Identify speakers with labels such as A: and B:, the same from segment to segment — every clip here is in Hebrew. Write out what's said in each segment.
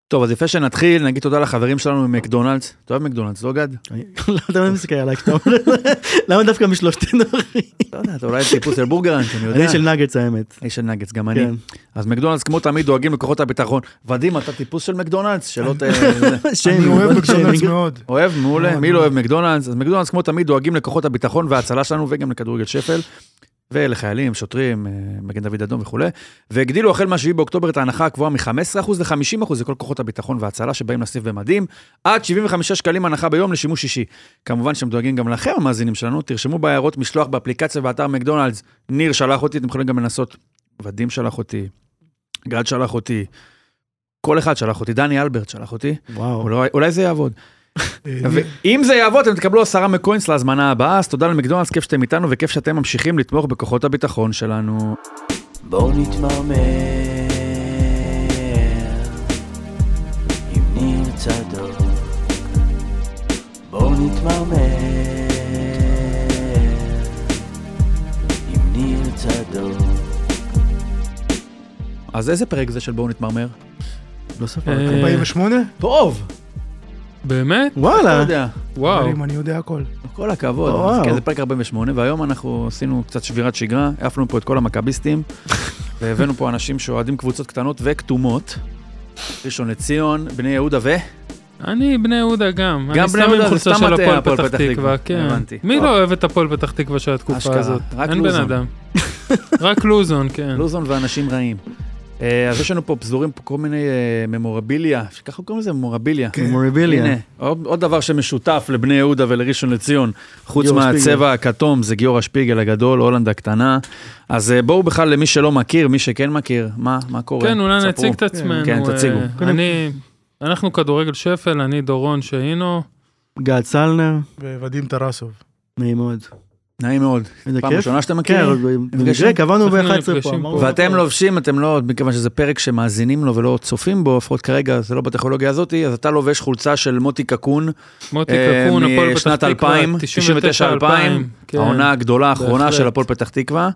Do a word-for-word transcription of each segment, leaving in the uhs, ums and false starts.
A: טוב, אז יפה שנתחיל, נגיד תודה לחברים שלנו ממקדונלדס. אתה אוהב מקדונלדס, לא גד?
B: לא, אתה לא מסתכל עליי, למה דווקא משלושתנו?
A: לא יודע, אתה אולי טיפוס של בורגרן, שאני יודע.
B: אני של נגטס, האמת.
A: אני של נגטס, גם אני. אז מקדונלדס, כמו תמיד, דואגים לכוחות הביטחון. ודים, אתה טיפוס של מקדונלדס, שלא ת...
C: אני אוהב מקדונלדס מאוד.
A: אוהב, מעולה. מי לא אוהב מקדונלדס? אז מקדונלדס, כמו תמיד, דואגים לכוחות הביטחון וההצלה שלנו, וגם לכדורגל שפל. ולחיילים, שוטרים, מגן דוד אדום וכו'. והגדילו החל מה-שבעה באוקטובר את ההנחה הקבועה מ-חמישה עשר אחוז ל-חמישים אחוז לכל כוחות הביטחון וההצלה שבאים לסניף במדים, עד שבעים וחמישה שקלים הנחה ביום לשימוש אישי. כמובן שהם דואגים גם לכם המאזינים שלנו, תרשמו בהערות משלוח באפליקציה באתר מקדונלדס, ניר שלח אותי, אתם יכולים גם לנסות, ודים שלח אותי, גד שלח אותי, כל אחד שלח אותי, דני אלברט שלח אותי, אולי, אולי זה יעבוד. אם זה יעבוד, אתם תקבלו עשרה מקוינס להזמנה הבאה, אז תודה למקדונלדס, כיף שאתם איתנו וכיף שאתם ממשיכים לתמוך בכוחות הביטחון שלנו.
D: בואו נתמרמר עם ניר צדוק, בואו נתמרמר עם ניר צדוק.
A: אז איזה פרק זה של בואו נתמרמר?
B: לא ספר.
C: ארבעים ושמונה?
A: טוב!
E: באמת?
B: וואלה.
E: וואו.
C: אני יודע הכל.
A: כל הכבוד. כן, זה פרק ארבעים ושמונה, והיום אנחנו עשינו קצת שבירת שגרה, העפנו פה את כל המכביסטים, והבאנו פה אנשים שאוהדים קבוצות קטנות וכתומות. ראשון לציון, בני יהודה ו...
E: אני בני יהודה גם.
A: גם בני יהודה, זה סתם
E: אתה
A: הפועל פתח תקווה.
E: הבנתי. מי לא אוהב את הפועל פתח תקווה של התקופה הזאת? אין בן אדם. רק לוזון, כן.
A: לוזון ואנשים רעים. אז יש לנו פה פזורים פה כל מיני ממורביליה, שככה קוראים לזה ממורביליה.
B: ממורביליה.
A: הנה, עוד דבר שמשותף לבני יהודה ולראשון לציון, חוץ מהצבע הכתום, זה גיורא שפיגל הגדול, הולנד הקטנה. אז בואו בכלל למי שלא מכיר, מי שכן מכיר, מה קורה?
E: כן, אולי נציג את עצמנו.
A: כן, תציגו.
E: אנחנו כדורגל שפל, אני דורון שהינו.
B: גד סלנר.
C: ווודים טרסוב.
B: נעים מאוד.
A: נעים מאוד. פעם ראשונה שאתם מכירים?
B: כן, קבענו ב-אחת עשרה פה.
A: ואתם לובשים, אתם לא, מכיוון שזה פרק שמאזינים לו ולא צופים בו, לפחות כרגע, זה לא בטכנולוגיה הזאת, אז אתה לובש חולצה של מוטי קקון,
E: מוטי קקון, הפועל פתח
A: משנת אלפיים, תשעים ותשע אלפיים, העונה הגדולה האחרונה של הפועל פתח תקווה.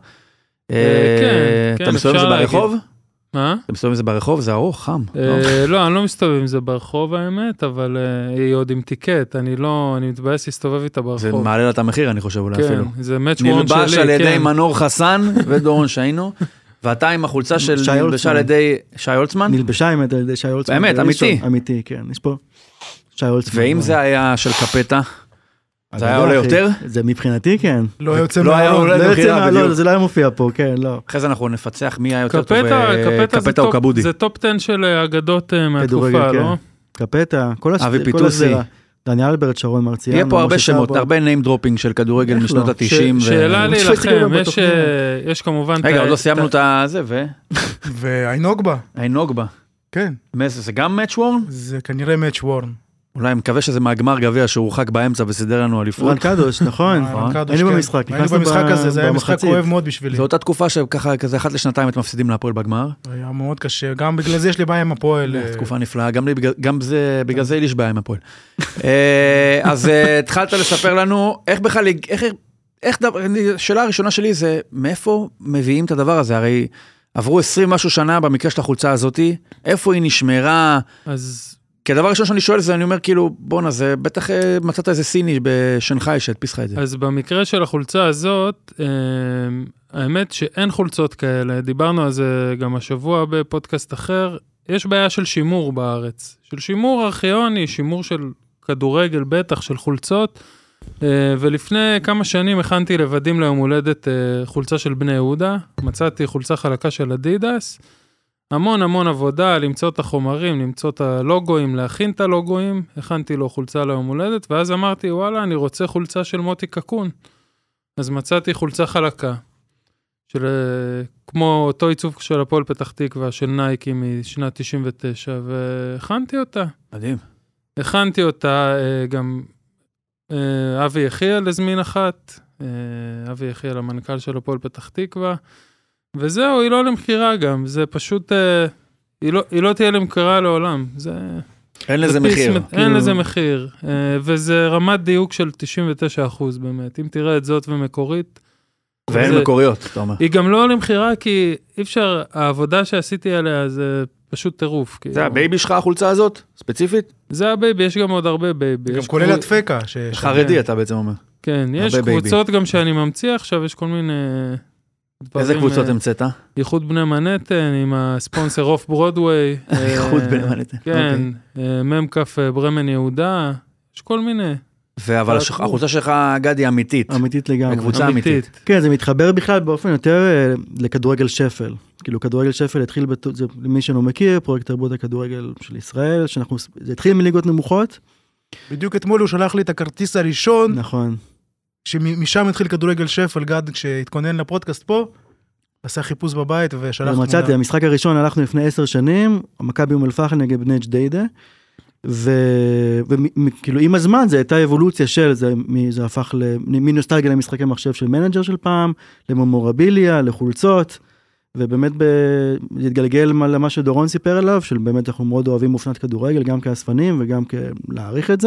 A: אתה מסתובב עם זה ברחוב?
E: מה?
A: אתה מסתובב עם זה ברחוב? זה ארוך, חם.
E: לא, אני לא מסתובב עם זה ברחוב האמת, אבל היא עוד עם טיקט, אני לא, אני מתבאס להסתובב איתה ברחוב.
A: זה מעלה לה את המחיר, אני חושב אולי אפילו.
E: כן, זה מאץ' וורן שלי.
A: נלבש על ידי מנור חסן ודורון שהיינו, ואתה עם החולצה של נלבשה על ידי שי הולצמן?
B: נלבשה על ידי שי הולצמן.
A: באמת, אמיתי.
B: אמיתי, כן, יש פה שי הולצמן.
A: ואם זה היה של קפטה? זה היה עולה יותר?
B: זה מבחינתי, כן.
C: לא יוצא
A: מהארון.
B: לא, זה לא היה מופיע פה, כן, לא.
A: אחרי זה אנחנו נפצח מי היה יותר טוב, קפטה או קבודי.
E: זה טופ עשר של אגדות מהתקופה, לא?
B: קפטה, כל
A: אבי פיטוסי.
B: דני אלברט, שרון מרציאנו.
A: יהיה פה הרבה שמות, הרבה name dropping של כדורגל משנות ה-תשעים.
E: שאלה לי לכם, יש כמובן...
A: רגע, עוד לא סיימנו את זה, ו...
C: והאינוגבה.
A: האינוגבה.
C: כן.
A: זה גם מאץ' וורן?
C: זה כנראה מאץ' וורן.
A: אולי אני מקווה שזה מהגמר גביע שהורחק באמצע וסידר לנו אליפות.
B: רן קדוש, נכון. היינו במשחק.
C: היינו במשחק הזה, זה היה משחק כואב מאוד בשבילי.
A: זו אותה תקופה שככה, כזה אחת לשנתיים את מפסידים להפועל בגמר.
C: היה מאוד קשה, גם בגלל זה יש לי בעיה עם הפועל.
A: תקופה נפלאה, גם בגלל זה יש בעיה עם הפועל. אז התחלת לספר לנו, איך בכלל, איך, שאלה הראשונה שלי זה, מאיפה מביאים את הדבר הזה? הרי עברו עשרים משהו שנה במקרה של החולצה הזאת, איפה היא נשמרה?
E: אז...
A: כי הדבר הראשון שאני שואל זה, אני אומר כאילו, בונה, זה בטח מצאת איזה סיני בשנגחאי שהדפיס לך את זה.
E: אז במקרה של החולצה הזאת, האמת שאין חולצות כאלה, דיברנו על זה גם השבוע בפודקאסט אחר, יש בעיה של שימור בארץ, של שימור ארכיוני, שימור של כדורגל בטח, של חולצות, ולפני כמה שנים הכנתי לבדים ליום הולדת חולצה של בני יהודה, מצאתי חולצה חלקה של אדידס, המון המון עבודה, למצוא את החומרים, למצוא את הלוגויים, להכין את הלוגויים, הכנתי לו חולצה ליום הולדת, ואז אמרתי, וואלה, אני רוצה חולצה של מוטי קקון. אז מצאתי חולצה חלקה, של, כמו אותו עיצוב של הפועל פתח תקווה, של נייקי משנת תשעים ותשע, והכנתי אותה.
A: מדהים.
E: הכנתי אותה, גם אבי יחיאל הזמין אחת, אבי יחיאל המנכ"ל של הפועל פתח תקווה, וזהו, היא לא למחירה גם, זה פשוט, היא לא, היא לא תהיה למחירה לעולם, זה...
A: אין לזה מחיר.
E: אין לזה מחיר, וזה רמת דיוק של תשעים ותשע אחוז באמת, אם תראה את זאת ומקורית.
A: ואין מקוריות, אתה אומר.
E: היא גם לא למחירה, כי אי אפשר, העבודה שעשיתי עליה זה פשוט טירוף.
A: זה הבייבי שלך החולצה הזאת, ספציפית?
E: זה הבייבי, יש גם עוד הרבה בייבי.
C: גם כולל הדפקה.
A: חרדי אתה בעצם אומר.
E: כן, יש קבוצות גם שאני ממציא עכשיו, יש כל מיני...
A: איזה קבוצות המצאת?
E: ייחוד בני מנהטן, עם הספונסר אוף ברודווי.
A: ייחוד בני מנהטן.
E: כן, ממקף ברמן יהודה, יש כל מיני.
A: אבל החולצה שלך, גדי, אמיתית.
B: אמיתית לגמרי.
A: קבוצה אמיתית.
B: כן, זה מתחבר בכלל באופן יותר לכדורגל שפל. כאילו, כדורגל שפל התחיל, למי שלא מכיר, פרויקט תרבות הכדורגל של ישראל, שאנחנו, זה התחיל מליגות נמוכות.
C: בדיוק אתמול הוא שלח לי את הכרטיס הראשון.
B: נכון.
C: שמשם התחיל כדורגל שפל, גד, כשהתכונן לפודקאסט פה, עשה חיפוש בבית ושלח תמונה.
B: ומצאתי, המשחק הראשון הלכנו לפני עשר שנים, מכבי אום אל-פחם נגד בני ג'דיידה, וכאילו עם הזמן זה הייתה אבולוציה של, זה, זה הפך מנוסטלגיה למשחקי מחשב של מנג'ר של פעם, לממורביליה, לחולצות, ובאמת להתגלגל למה שדורון סיפר עליו, של באמת אנחנו מאוד אוהבים אופנת כדורגל, גם כאספנים וגם להעריך את זה.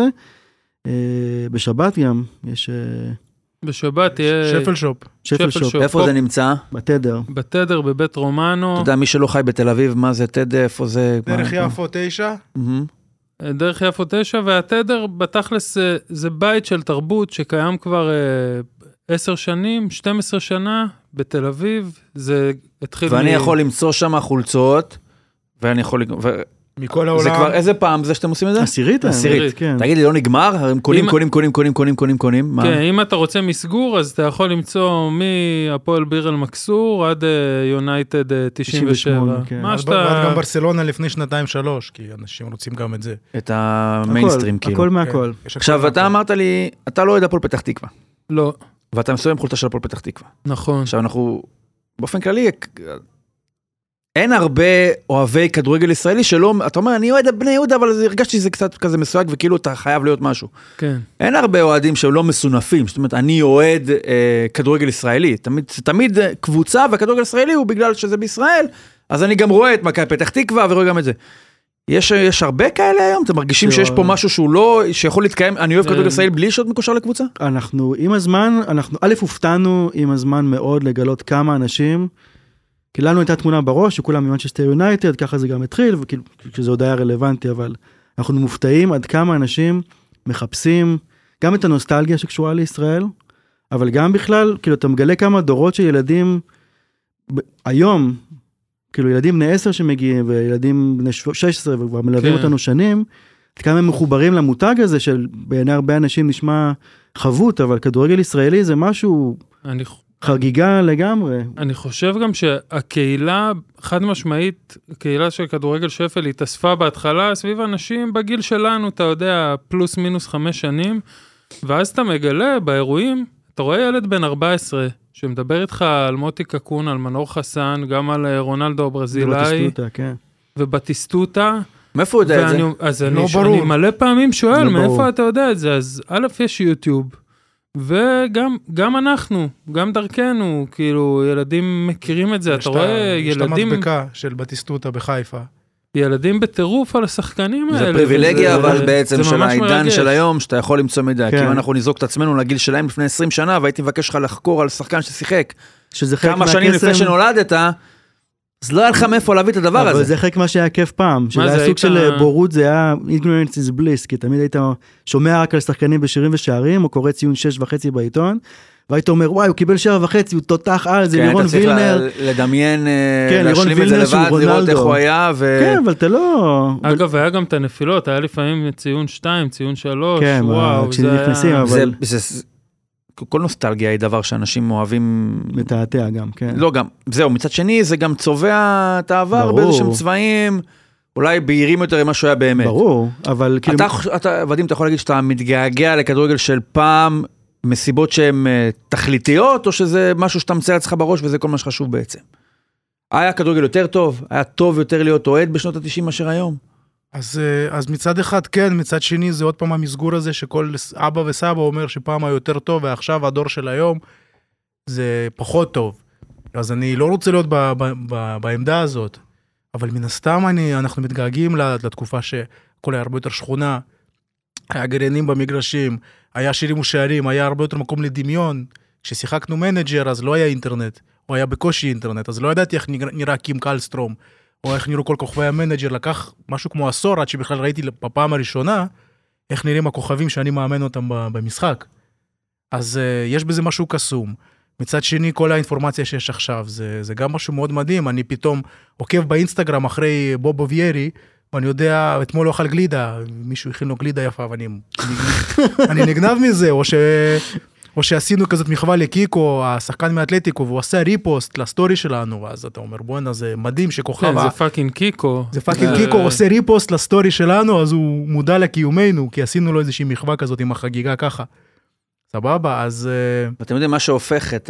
B: בשבת גם יש...
E: בשבת יהיה...
C: שפל שופ.
B: שפל שופ.
A: איפה זה נמצא?
B: בתדר.
E: בתדר, בבית רומנו.
A: אתה יודע, מי שלא חי בתל אביב, מה זה תדר, איפה זה...
C: דרך יפו תשע.
E: דרך יפו תשע, והתדר בתכלס זה בית של תרבות שקיים כבר עשר שנים, שתים עשרה שנה בתל אביב. זה התחיל...
A: ואני יכול למצוא שם חולצות, ואני יכול...
C: מכל העולם.
A: זה כבר איזה פעם זה שאתם עושים את זה?
B: עשירית.
A: עשירית, כן. תגיד לי, לא נגמר? הם קונים, קונים, קונים, קונים, קונים, קונים, קונים.
E: כן, אם אתה רוצה מסגור, אז אתה יכול למצוא מהפועל ביר אל מכסור עד יונייטד תשעים ושבע. מה שאתה...
C: גם ברסלונה לפני שנתיים שלוש, כי אנשים רוצים גם את זה.
A: את המיינסטרים, כאילו.
B: הכל מהכל.
A: עכשיו, אתה אמרת לי, אתה לא אוהד הפועל פתח תקווה.
E: לא.
A: ואתה מסוים חולצה של הפועל פתח תקווה.
E: נכון.
A: עכשיו, אנחנו, באופן כללי, אין הרבה אוהבי כדורגל ישראלי שלא, אתה אומר, אני אוהד בני יהודה, אבל הרגשתי שזה קצת כזה מסויג, וכאילו אתה חייב להיות משהו.
E: כן.
A: אין הרבה אוהדים שהם לא מסונפים, זאת אומרת, אני אוהד אה, כדורגל ישראלי, תמיד, תמיד קבוצה, והכדורגל ישראלי הוא בגלל שזה בישראל, אז אני גם רואה את מכבי פתח תקווה, ורואה גם את זה. יש, יש הרבה כאלה היום? אתם מרגישים שיש פה משהו שהוא לא, שיכול להתקיים, אני אוהב כדורגל ישראלי בלי להיות מקושר לקבוצה?
B: אנחנו, עם הזמן, אנחנו, א', הופתענו עם הזמן מאוד לגלות כמה אנשים, כי לנו הייתה תמונה בראש, שכולם ממנצ'סטר יונייטד, ככה זה גם התחיל, וכאילו, שזה עוד היה רלוונטי, אבל אנחנו מופתעים עד כמה אנשים מחפשים, גם את הנוסטלגיה שקשורה לישראל, אבל גם בכלל, כאילו, אתה מגלה כמה דורות של ילדים, היום, כאילו, ילדים בני עשר שמגיעים, וילדים בני שש עשרה, וכבר מלווים כן. אותנו שנים, עד כמה הם מחוברים למותג הזה, של בעיני הרבה אנשים נשמע חבות, אבל כדורגל ישראלי זה משהו... אני... חגיגה לגמרי.
E: אני חושב גם שהקהילה, חד משמעית, הקהילה של כדורגל שפל התאספה בהתחלה סביב אנשים בגיל שלנו, אתה יודע, פלוס מינוס חמש שנים, ואז אתה מגלה באירועים, אתה רואה ילד בן ארבע עשרה, שמדבר איתך על מוטי קקון, על מנור חסן, גם על רונלדו הברזילאי,
B: ובטיסטוטה, כן.
E: ובטיסטוטה.
A: מאיפה הוא יודע את זה?
E: אז אני, אני מלא פעמים שואל, לא מאיפה ברור. אתה יודע את זה? אז א', יש יוטיוב, וגם גם אנחנו, גם דרכנו, כאילו, ילדים מכירים את זה, אתה רואה ילדים...
C: יש את המדבקה של בטיסטוטה בחיפה.
E: ילדים בטירוף על השחקנים האלה.
A: זה פריבילגיה, אבל בעצם של העידן של היום, שאתה יכול למצוא מידע. כי אם אנחנו נזרוק את עצמנו לגיל שלהם לפני עשרים שנה, והייתי מבקש לך לחקור על שחקן ששיחק, כמה שנים לפני שנולדת, אז לא היה לך מאיפה להביא את הדבר הזה.
B: אבל זה חלק מה שהיה כיף פעם, שזה היה סוג של בורות, זה היה ignorance is bliss, כי תמיד היית שומע רק על שחקנים בשירים ושערים, או קורא ציון שש וחצי בעיתון, והיית אומר, וואי, הוא קיבל שבע וחצי, הוא תותח על, זה לירון וילנר.
A: כן, אתה צריך לדמיין, להשלים את זה לבד, לראות איך הוא היה.
B: כן, אבל אתה לא...
E: אגב, היה גם את הנפילות, היה לפעמים ציון שתיים, ציון שלוש, וואו,
B: זה היה...
A: כל נוסטלגיה היא דבר שאנשים אוהבים...
B: מתעתע גם, כן.
A: לא גם, זהו, מצד שני זה גם צובע את העבר באיזשהם צבעים, אולי בהירים יותר ממה שהוא היה באמת.
B: ברור, אבל כאילו...
A: אתה, ודים, אתה יכול להגיד שאתה מתגעגע לכדורגל של פעם, מסיבות שהן תכליתיות, או שזה משהו שאתה מצא לעצמך בראש, וזה כל מה שחשוב בעצם. היה כדורגל יותר טוב, היה טוב יותר להיות אוהד בשנות ה-תשעים מאשר היום.
C: אז, אז מצד אחד כן, מצד שני זה עוד פעם המסגור הזה שכל אבא וסבא אומר שפעם היה יותר טוב, ועכשיו הדור של היום זה פחות טוב. אז אני לא רוצה להיות ב, ב, ב, בעמדה הזאת, אבל מן הסתם אני, אנחנו מתגעגעים לתקופה שכל היה הרבה יותר שכונה, היה גרעינים במגרשים, היה שירים ושערים, היה הרבה יותר מקום לדמיון. כששיחקנו מנג'ר אז לא היה אינטרנט, או היה בקושי אינטרנט, אז לא ידעתי איך נראה קים קלסטרום, או איך נראו כל כוכבי המנג'ר, לקח משהו כמו עשור, עד שבכלל ראיתי בפעם הראשונה, איך נראים הכוכבים שאני מאמן אותם במשחק. אז uh, יש בזה משהו קסום. מצד שני, כל האינפורמציה שיש עכשיו, זה, זה גם משהו מאוד מדהים. אני פתאום עוקב באינסטגרם אחרי בוב אוביירי, ואני יודע, אתמול לא אכל גלידה, מישהו הכין לו גלידה יפה, ואני אני נגנב מזה, או, ש, או שעשינו כזאת מחווה לקיקו, השחקן מאתלטיקו, והוא עשה ריפוסט לסטורי שלנו, ואז אתה אומר, בואנה, זה מדהים שכוכב...
E: כן, זה פאקינג קיקו.
C: זה פאקינג קיקו, עושה ריפוסט לסטורי שלנו, אז הוא מודע לקיומנו, כי עשינו לו איזושהי מחווה כזאת עם החגיגה ככה. סבבה, אז...
A: ואתם יודעים, מה שהופך את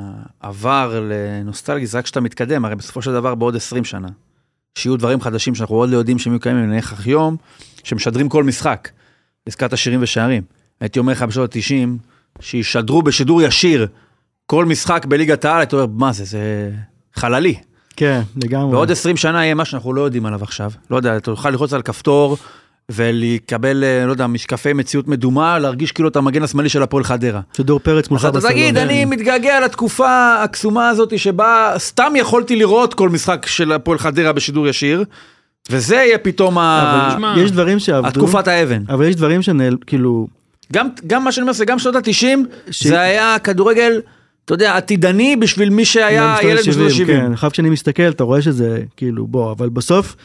A: העבר לנוסטלגי, זה רק שאתה מתקדם, הרי בסופו של דבר בעוד עשרים שנה, שיהיו דברים חדשים שאנחנו עוד לא יודעים שהם יהיו קיימים, נניח היום, שמשדרים כל משחק, עסקת השירים ושערים. הייתי אומר לך בשנות ה-תשעים, שישדרו בשידור ישיר, כל משחק בליגת העל, הייתי אומר, מה זה, זה חללי.
B: כן, לגמרי.
A: בעוד עשרים שנה יהיה מה שאנחנו לא יודעים עליו עכשיו. לא יודע, אתה תוכל ללחוץ על כפתור, ולקבל, לא יודע, משקפי מציאות מדומה, להרגיש כאילו את המגן השמאלי של הפועל חדרה.
B: שדור פרץ מולך בסלון.
A: אז אתה תגיד, אני מתגעגע לתקופה הקסומה הזאת, שבה סתם יכולתי לראות כל משחק של הפועל חדרה בשידור ישיר, וזה יהיה פתאום
B: יש דברים שעבדו.
A: התקופת האבן.
B: אבל יש דברים שנעל, כאילו...
A: גם, גם מה שאני אומר, גם שנות ה-תשעים, זה היה כדורגל, אתה יודע, עתידני בשביל מי שהיה ילד בשנות ה-שבעים.
B: כן, אחר כשאני מסתכל, אתה רואה שזה, כאילו, בוא, אבל בסוף,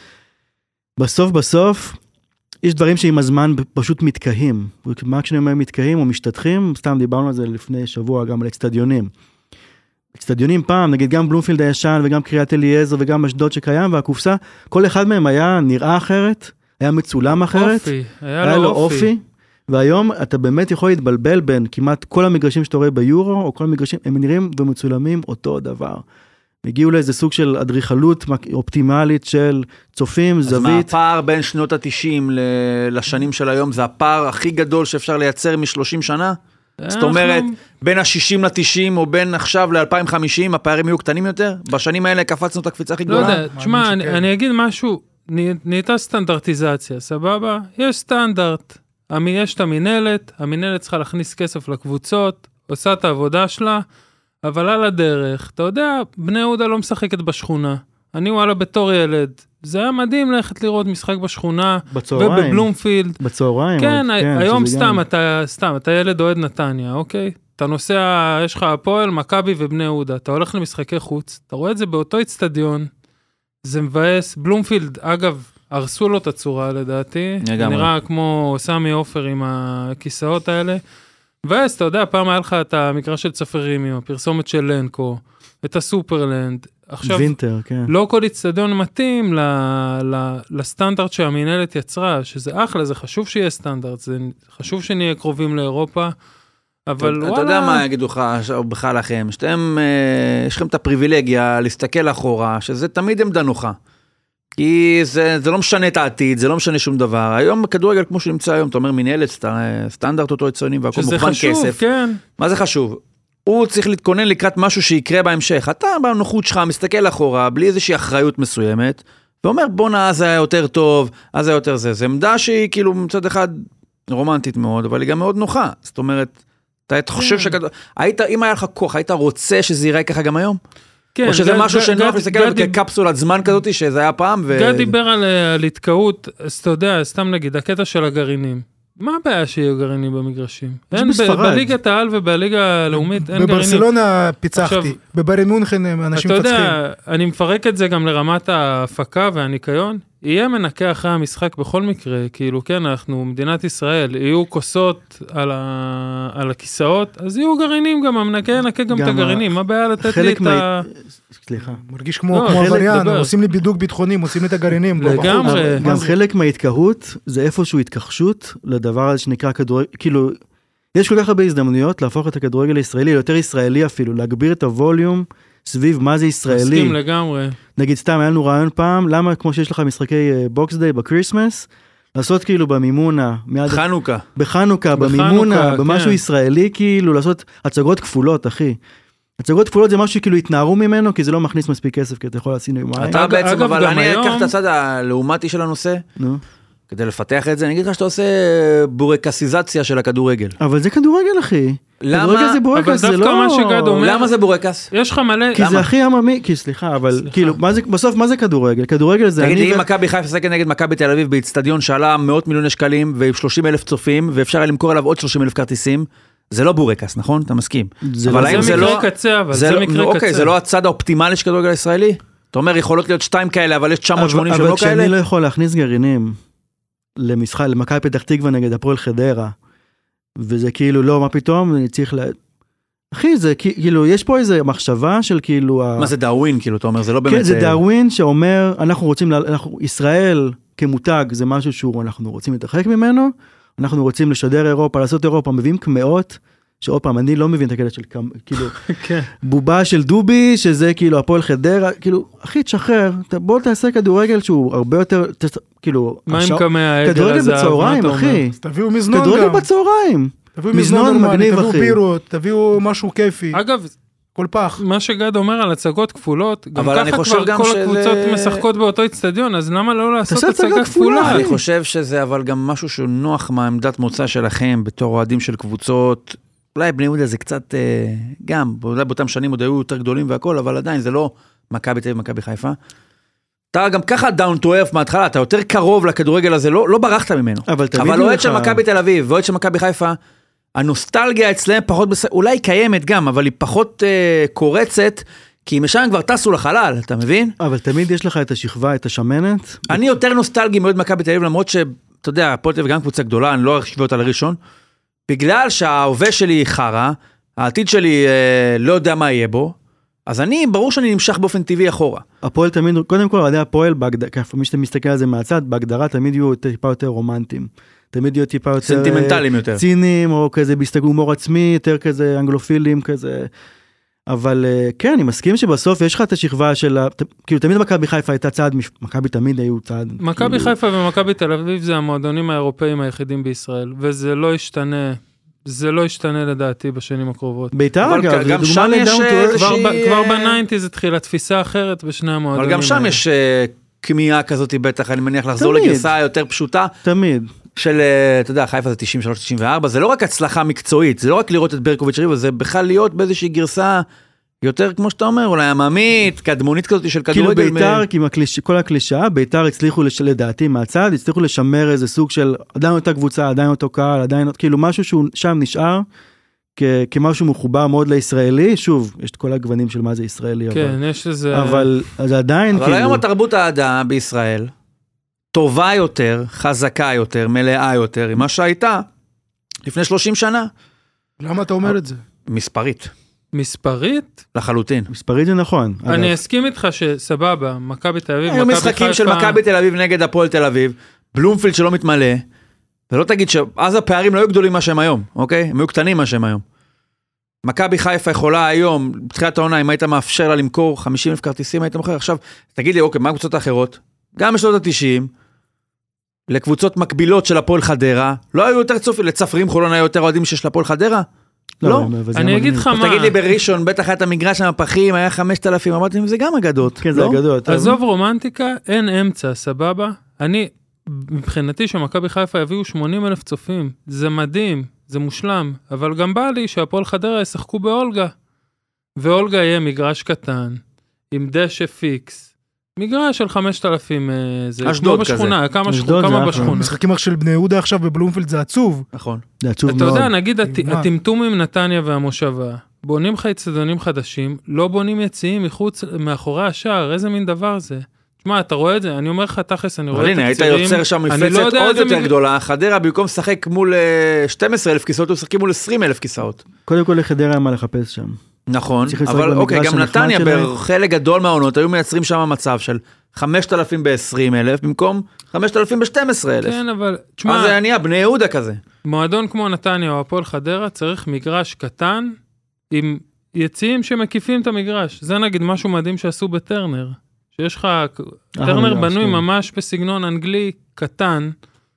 B: בסוף, בסוף, יש דברים שעם הזמן פשוט מתקהים. מה כשאני אומר מתקהים או משתתחים, סתם דיברנו על זה לפני שבוע גם על אצטדיונים. אצטדיונים פעם, נגיד גם בלומפילד הישן וגם קריית אליעזר וגם אשדוד שקיים, והקופסה, כל אחד מהם היה נראה אחרת, היה מצולם אחרת,
E: אופי, היה,
B: היה
E: לו
B: לו
E: אופי.
B: אופי, והיום אתה באמת יכול להתבלבל בין כמעט כל המגרשים שאתה רואה ביורו, או כל המגרשים, הם נראים ומצולמים אותו דבר. הגיעו לאיזה סוג של אדריכלות אופטימלית של צופים, זווית.
A: אז מה הפער בין שנות ה-תשעים לשנים של היום, זה הפער הכי גדול שאפשר לייצר מ-שלושים שנה? זאת אומרת, בין ה-שישים ל-תשעים, או בין עכשיו ל-אלפיים וחמישים, הפערים יהיו קטנים יותר? בשנים האלה קפצנו את הקפיצה הכי גדולה?
E: לא יודע, תשמע, אני אגיד משהו, נהייתה סטנדרטיזציה, סבבה? יש סטנדרט, יש את המנהלת, המנהלת צריכה להכניס כסף לקבוצות, עושה את העבודה שלה, אבל על הדרך, אתה יודע, בני יהודה לא משחקת בשכונה. אני וואלה בתור ילד, זה היה מדהים ללכת לראות משחק בשכונה,
B: בצהריים.
E: ובבלומפילד.
B: בצהריים.
E: כן,
B: כן
E: היום סתם,
B: גם...
E: אתה, סתם, אתה ילד אוהד נתניה, אוקיי? אתה נוסע, יש לך הפועל, מכבי ובני יהודה, אתה הולך למשחקי חוץ, אתה רואה את זה באותו אצטדיון, זה מבאס, בלומפילד, אגב, הרסו לו את הצורה לדעתי, נראה כמו סמי אופר עם הכיסאות האלה, ואז, אתה יודע, פעם היה לך את המקרא של צפרים, עם הפרסומת של לנקו, את הסופרלנד. עכשיו,
B: וינטר, כן.
E: לא כל אצטדיון מתאים ל, ל, לסטנדרט שהמנהלת יצרה, שזה אחלה, זה חשוב שיהיה סטנדרט, זה חשוב שנהיה קרובים לאירופה, אבל
A: אתה,
E: וואלה...
A: אתה יודע מה יגידו לך, או בכלל לכם, שאתם, אה, יש לכם את הפריבילגיה להסתכל אחורה, שזה תמיד עמדה נוחה. כי זה, זה לא משנה את העתיד, זה לא משנה שום דבר. היום בכדורגל, כמו שנמצא היום, אתה אומר מנהלת, סטנדרט אותו יצונים, והכל מוכוון כסף.
E: שזה חשוב, כן.
A: מה זה חשוב? הוא צריך להתכונן לקראת משהו שיקרה בהמשך. אתה בנוחות שלך, מסתכל אחורה, בלי איזושהי אחריות מסוימת, ואומר, בוא אז היה יותר טוב, אז היה יותר זה. זה עמדה שהיא כאילו מצד אחד רומנטית מאוד, אבל היא גם מאוד נוחה. זאת אומרת, אתה חושב שכדורגל, היית, אם היה לך כוח, היית רוצה שזה ייראה ככה גם היום?
E: כן,
A: או שזה
E: גד,
A: משהו
E: גד,
A: שנוח
E: גד,
A: להסתכל עליו
E: גד,
A: כקפסולת זמן כזאת, שזה היה פעם. ו...
E: גד דיבר על, על התקאות, אז אתה יודע, סתם נגיד, הקטע של הגרעינים. מה הבעיה שיהיו גרעינים במגרשים? אין, ב- בליגת העל ובליגה הלאומית אין גרעינים.
C: בברסלונה פיצחתי, בביירן מינכן אנשים
E: אתה
C: מפצחים.
E: יודע, אני מפרק את זה גם לרמת ההפקה והניקיון. יהיה מנקה אחרי המשחק בכל מקרה, כאילו כן, אנחנו, מדינת ישראל, יהיו כוסות על, ה... על הכיסאות, אז יהיו גרעינים גם, המנקה ינקה גם, גם את הגרעינים, מה הבעיה לתת לי את ה...
B: סליחה.
C: מרגיש כמו עבריין, עושים לי בידוק ביטחוני, מוצאים לי את הגרעינים.
E: לגמרי.
B: גם חלק מההתקהות, זה איפשהו התכחשות לדבר הזה שנקרא כדורגל, כאילו, יש כל כך הרבה הזדמנויות להפוך את הכדורגל הישראלי, יותר ישראלי אפילו, להגביר את הווליום, סביב מה זה ישראלי.
E: מסכים לגמרי.
B: נגיד סתם, היה לנו רעיון פעם, למה כמו שיש לך משחקי בוקס דיי בקריסמס, לעשות כאילו במימונה,
A: חנוכה.
B: בחנוכה, במימונה, במשהו ישראלי, כאילו לעשות הצגות כפולות, אחי. הצגות כפולות זה משהו שכאילו התנערו ממנו, כי זה לא מכניס מספיק כסף, כי אתה יכול לעשינו יומיים.
A: אתה בעצם, אבל אני אקח את הצד הלעומתי של הנושא. כדי לפתח את זה, אני אגיד לך שאתה עושה בורקסיזציה של הכדורגל.
B: אבל זה כדורגל, אחי.
A: למה?
B: כדורגל זה בורקס,
E: אבל
B: זה
E: דווקא
B: לא...
E: מה שגד אומר-
A: למה זה בורקס?
E: יש לך מלא...
B: כי
A: למה?
B: זה הכי עממי, כי סליחה, אבל
E: סליחה.
B: כאילו, מה זה, בסוף מה זה כדורגל? כדורגל זה
A: תגיד
B: אני...
A: לי, אם
B: ו-
A: מכבי חיפה משחקת נגד מכבי תל אביב באצטדיון שעלה מאות מיליוני שקלים ועם שלושים אלף צופים, ואפשר היה למכור עליו עוד שלושים אלף כרטיסים, זה לא בורקס, נכון? אתה מסכים.
B: זה
A: אבל
B: לא-
A: האם
E: זה
A: זה
E: מקרה
A: לא-
E: קצה, אבל
A: זה
E: זה
A: לא-
E: מקרה
A: אוקיי,
E: קצה.
A: זה לא הצד האופטימלי של כדורגל הישראלי? אתה אומר, יכולות להיות שתיים כאלה, אבל יש תשע מאות שמונים
B: אבל
A: שהם לא
B: כשאני
A: כאלה?
B: לא יכול להכניס גרעינים למשחק, למכבי פתח תקווה נגד הפועל חדרה, וזה כאילו לא, מה פתאום, אני צריך ל... אחי, זה כאילו, יש פה איזה מחשבה של כאילו... ה-
A: מה זה דאווין, כאילו, אתה אומר, זה לא באמת...
B: כן, זה
A: אה,
B: דאווין שאומר, אנחנו רוצים, לה- אנחנו, ישראל כמותג, זה משהו שהוא, אנחנו רוצים להתרחק ממנו, אנחנו רוצים לשדר אירופה, לעשות אירופה, מביאים קמאות, שעוד פעם, אני לא מבין את הקטע של קמ- כאילו,
E: כן.
B: בובה של דובי, שזה כאילו הפועל חדרה, כאילו, אחי, תשחרר, ת- בוא תעשה כדורגל שהוא הרבה יותר, ת- כאילו,
E: מה עם
B: השע-
E: קמי העגל
B: כדורגל
E: הזהב? מה
B: בצהריים,
E: אתה אומר?
B: אחי,
C: אז תביאו מזנון
B: כדורגל
C: גם.
B: בצהריים,
C: תביאו
B: מזנון
C: מזנון נורמלי,
B: מגניב,
C: תביאו
B: אחי.
C: בירות, תביאו משהו כיפי.
E: אגב,
C: כל פח.
E: מה שגד אומר על הצגות כפולות, גם
A: אבל אני
E: ככה
A: חושב
E: כבר
A: גם
E: כל
A: שזה-
E: הקבוצות משחקות באותו אצטדיון, אז למה לא לעשות
B: תעשה הצגה
E: הצגה
B: כפולה,
E: כפולה?
A: אני חושב שזה אבל גם משהו שהוא נוח מהעמדת מוצא שלכם, בתור אוהדים של קבוצות, אולי בני יהודה זה קצת, אה, גם, אולי באותם שנים עוד היו יותר גדולים והכל, אבל עדיין זה לא מכבי תל אביב ומכבי חיפה. אתה גם ככה down to earth מההתחלה, אתה יותר קרוב לכדורגל הזה, לא, לא ברחת ממנו.
B: אבל תמיד
A: אבל אוהד
B: לך-
A: של מכבי תל אביב ואוהד של מכבי חיפה, הנוסטלגיה אצלם פחות, בס... אולי קיימת גם, אבל היא פחות אה, קורצת, כי משם כבר טסו לחלל, אתה מבין?
B: אבל תמיד יש לך את השכבה, את השמנת,
A: אני יותר נוסטלגי מאוד מכבי תל אביב, למרות שאתה יודע, הפועל תל אביב גם קבוצה גדולה, אני לא אשווה אותה לראשון, בגלל שההווה שלי חרא, העתיד שלי אה, לא יודע מה יהיה בו, אז אני, ברור שאני נמשך באופן טבעי אחורה.
B: הפועל תמיד, קודם כל, אוהדי הפועל, בהגד- ככה, מי שאתה מסתכל על זה מהצד, בהגדרה תמיד יהיו טיפה יותר רומנטיים. תמיד יהיו טיפה יותר...
A: סנטימנטליים יותר.
B: ציניים, או כזה בהסתגלו הומור עצמי, יותר כזה אנגלופילים, כזה... אבל אה, כן, אני מסכים שבסוף יש לך את השכבה של... ה- ת- כאילו, תמיד מכבי חיפה הייתה צעד, מש- מכבי תמיד היו צעד...
E: מכבי
B: כאילו,
E: חיפה ומכבי תל אביב זה המועדונים האירופאים היחידים בישראל, וזה לא ישתנה, זה לא ישתנה לדעתי בשנים הקרובות.
B: ביתר,
A: אבל
B: אגב,
A: כ-
B: זה
A: גם
B: דוגמה
A: שם יש,
B: לדאון
A: אה,
B: טו ארץ.
A: איזושהי-
E: כבר ב-
A: שהיא,
E: כבר
A: אה,
E: בניינטיז התחילה תפיסה אחרת בשני המועדונים
A: אבל גם שם
E: האלה.
A: יש אה, כמיהה כזאת בטח, אני מניח לחזור
B: תמיד.
A: לגרסה היותר פשוטה,
B: תמיד.
A: של, אה, אתה יודע, חיפה זה תשעים ושלוש תשעים וארבע, זה לא רק הצלחה מקצועית, זה לא רק לראות את ברקוביץ' ריבו, זה בכלל להיות באיזושהי גרסה יותר, כמו שאתה אומר, אולי עממית, קדמונית כזאת של
B: כאילו
A: כדורגל.
B: ביתר, עם הקליש- כל הקלישאה, ביתר הצליחו, לש- לדעתי מהצד, הצליחו לשמר איזה סוג של עדיין אותה קבוצה, עדיין אותו קהל, עדיין, כאילו משהו שהוא שם נשאר, כ- כמשהו מחובר מאוד לישראלי, שוב, יש את כל הגוונים של מה זה ישראלי,
E: כן,
B: אבל,
E: יש איזה...
B: אבל זה עדיין,
A: אבל
B: כאילו,
A: היום התרבות האהדה בישראל, טובה יותר, חזקה יותר, מלאה יותר, ממה שהייתה לפני שלושים שנה,
C: למה אתה אומר את זה?
A: מספרית,
E: מספרית?
A: לחלוטין.
B: מספרית זה נכון.
E: אני
B: אגב.
E: אסכים איתך שסבבה, מכבי תל אביב,
A: היו
E: מכבי
A: משחקים של
E: חיפה-
A: מכבי תל אביב נגד הפועל תל אביב, בלומפילד שלא מתמלא, ולא תגיד שאז הפערים לא היו גדולים מה שהם היום, אוקיי? הם היו קטנים מה שהם היום. מכבי חיפה יכולה היום, בתחילת העונה, אם היית מאפשר לה למכור חמישים אלף כרטיסים, היית מוכר. עכשיו, תגיד לי, אוקיי, מה הקבוצות האחרות? גם בשנות ה-תשעים, לקבוצות מקבילות של הפועל חדרה, לא היו יותר צופים, לצפרים חולון היו יותר אוהדים שיש לפועל חדרה? לא.
B: אבל זה
E: אני
B: המון-
E: אגיד לך
A: אז
E: מה,
A: תגיד לי, בראשון, בטח היה את המגרש המפחים, היה חמשת אלפים, אמרתי, זה גם אגדות.
B: כן, זה
A: לא?
B: אגדות.
E: עזוב רומנטיקה, אין אמצע, סבבה? אני, מבחינתי שמכבי חיפה יביאו שמונים אלף צופים, זה מדהים, זה מושלם, אבל גם בא לי שהפועל חדרה ישחקו באולגה, ואולגה יהיה מגרש קטן, עם דשא פיקס, מגרש של חמשת אלפים, זה
A: אשדוד
E: כמו
A: כזה.
E: בשכונה, כמה
B: אשדוד
E: שכונה,
B: זה
E: כמה
B: אחלה.
E: בשכונה.
C: משחקים של בני יהודה עכשיו בבלומפילד זה עצוב.
A: נכון.
B: זה עצוב
E: אתה
B: מאוד.
E: יודע, נגיד הט-
C: מה?
E: הטמטום עם נתניה והמושבה, בונים לך אצטדיונים חדשים, לא בונים יציאים מחוץ, מאחורי השער, איזה מין דבר זה? תשמע, אתה רואה את זה, אני אומר לך תכלס, אני רואה
A: אבל
E: את
A: הנה, היית
E: הקצירים,
A: יוצר שם
E: אני
A: מפלצת
E: לא יודע
A: עוד
E: איזה
A: יותר
E: מג-
A: גדולה, חדרה במקום לשחק מול אה, שנים עשר אלף כיסאות, הוא משחקים מול עשרים אלף כיסאות.
B: קודם כל לחדרה היה מה לחפש שם.
A: נכון,
B: צריך לשחק
A: אבל
B: במגרש
A: אוקיי, גם
B: הנחמד
A: נתניה
B: שלהם.
A: בחלק גדול מהעונות היו מייצרים שם מצב של חמשת אלפים ב-עשרים אלף במקום חמשת אלפים ב-שנים עשר אלף.
E: כן, אבל,
A: אז
E: תשמע,
A: זה נהיה בני יהודה כזה.
E: מועדון כמו נתניה או הפועל חדרה צריך מגרש קטן עם יציאים שמקיפים את המגרש. זה נגיד משהו מדהים שעשו בטרנר. שיש לך, טרנר
B: מגרש,
E: בנוי
B: כן.
E: ממש בסגנון אנגלי קטן,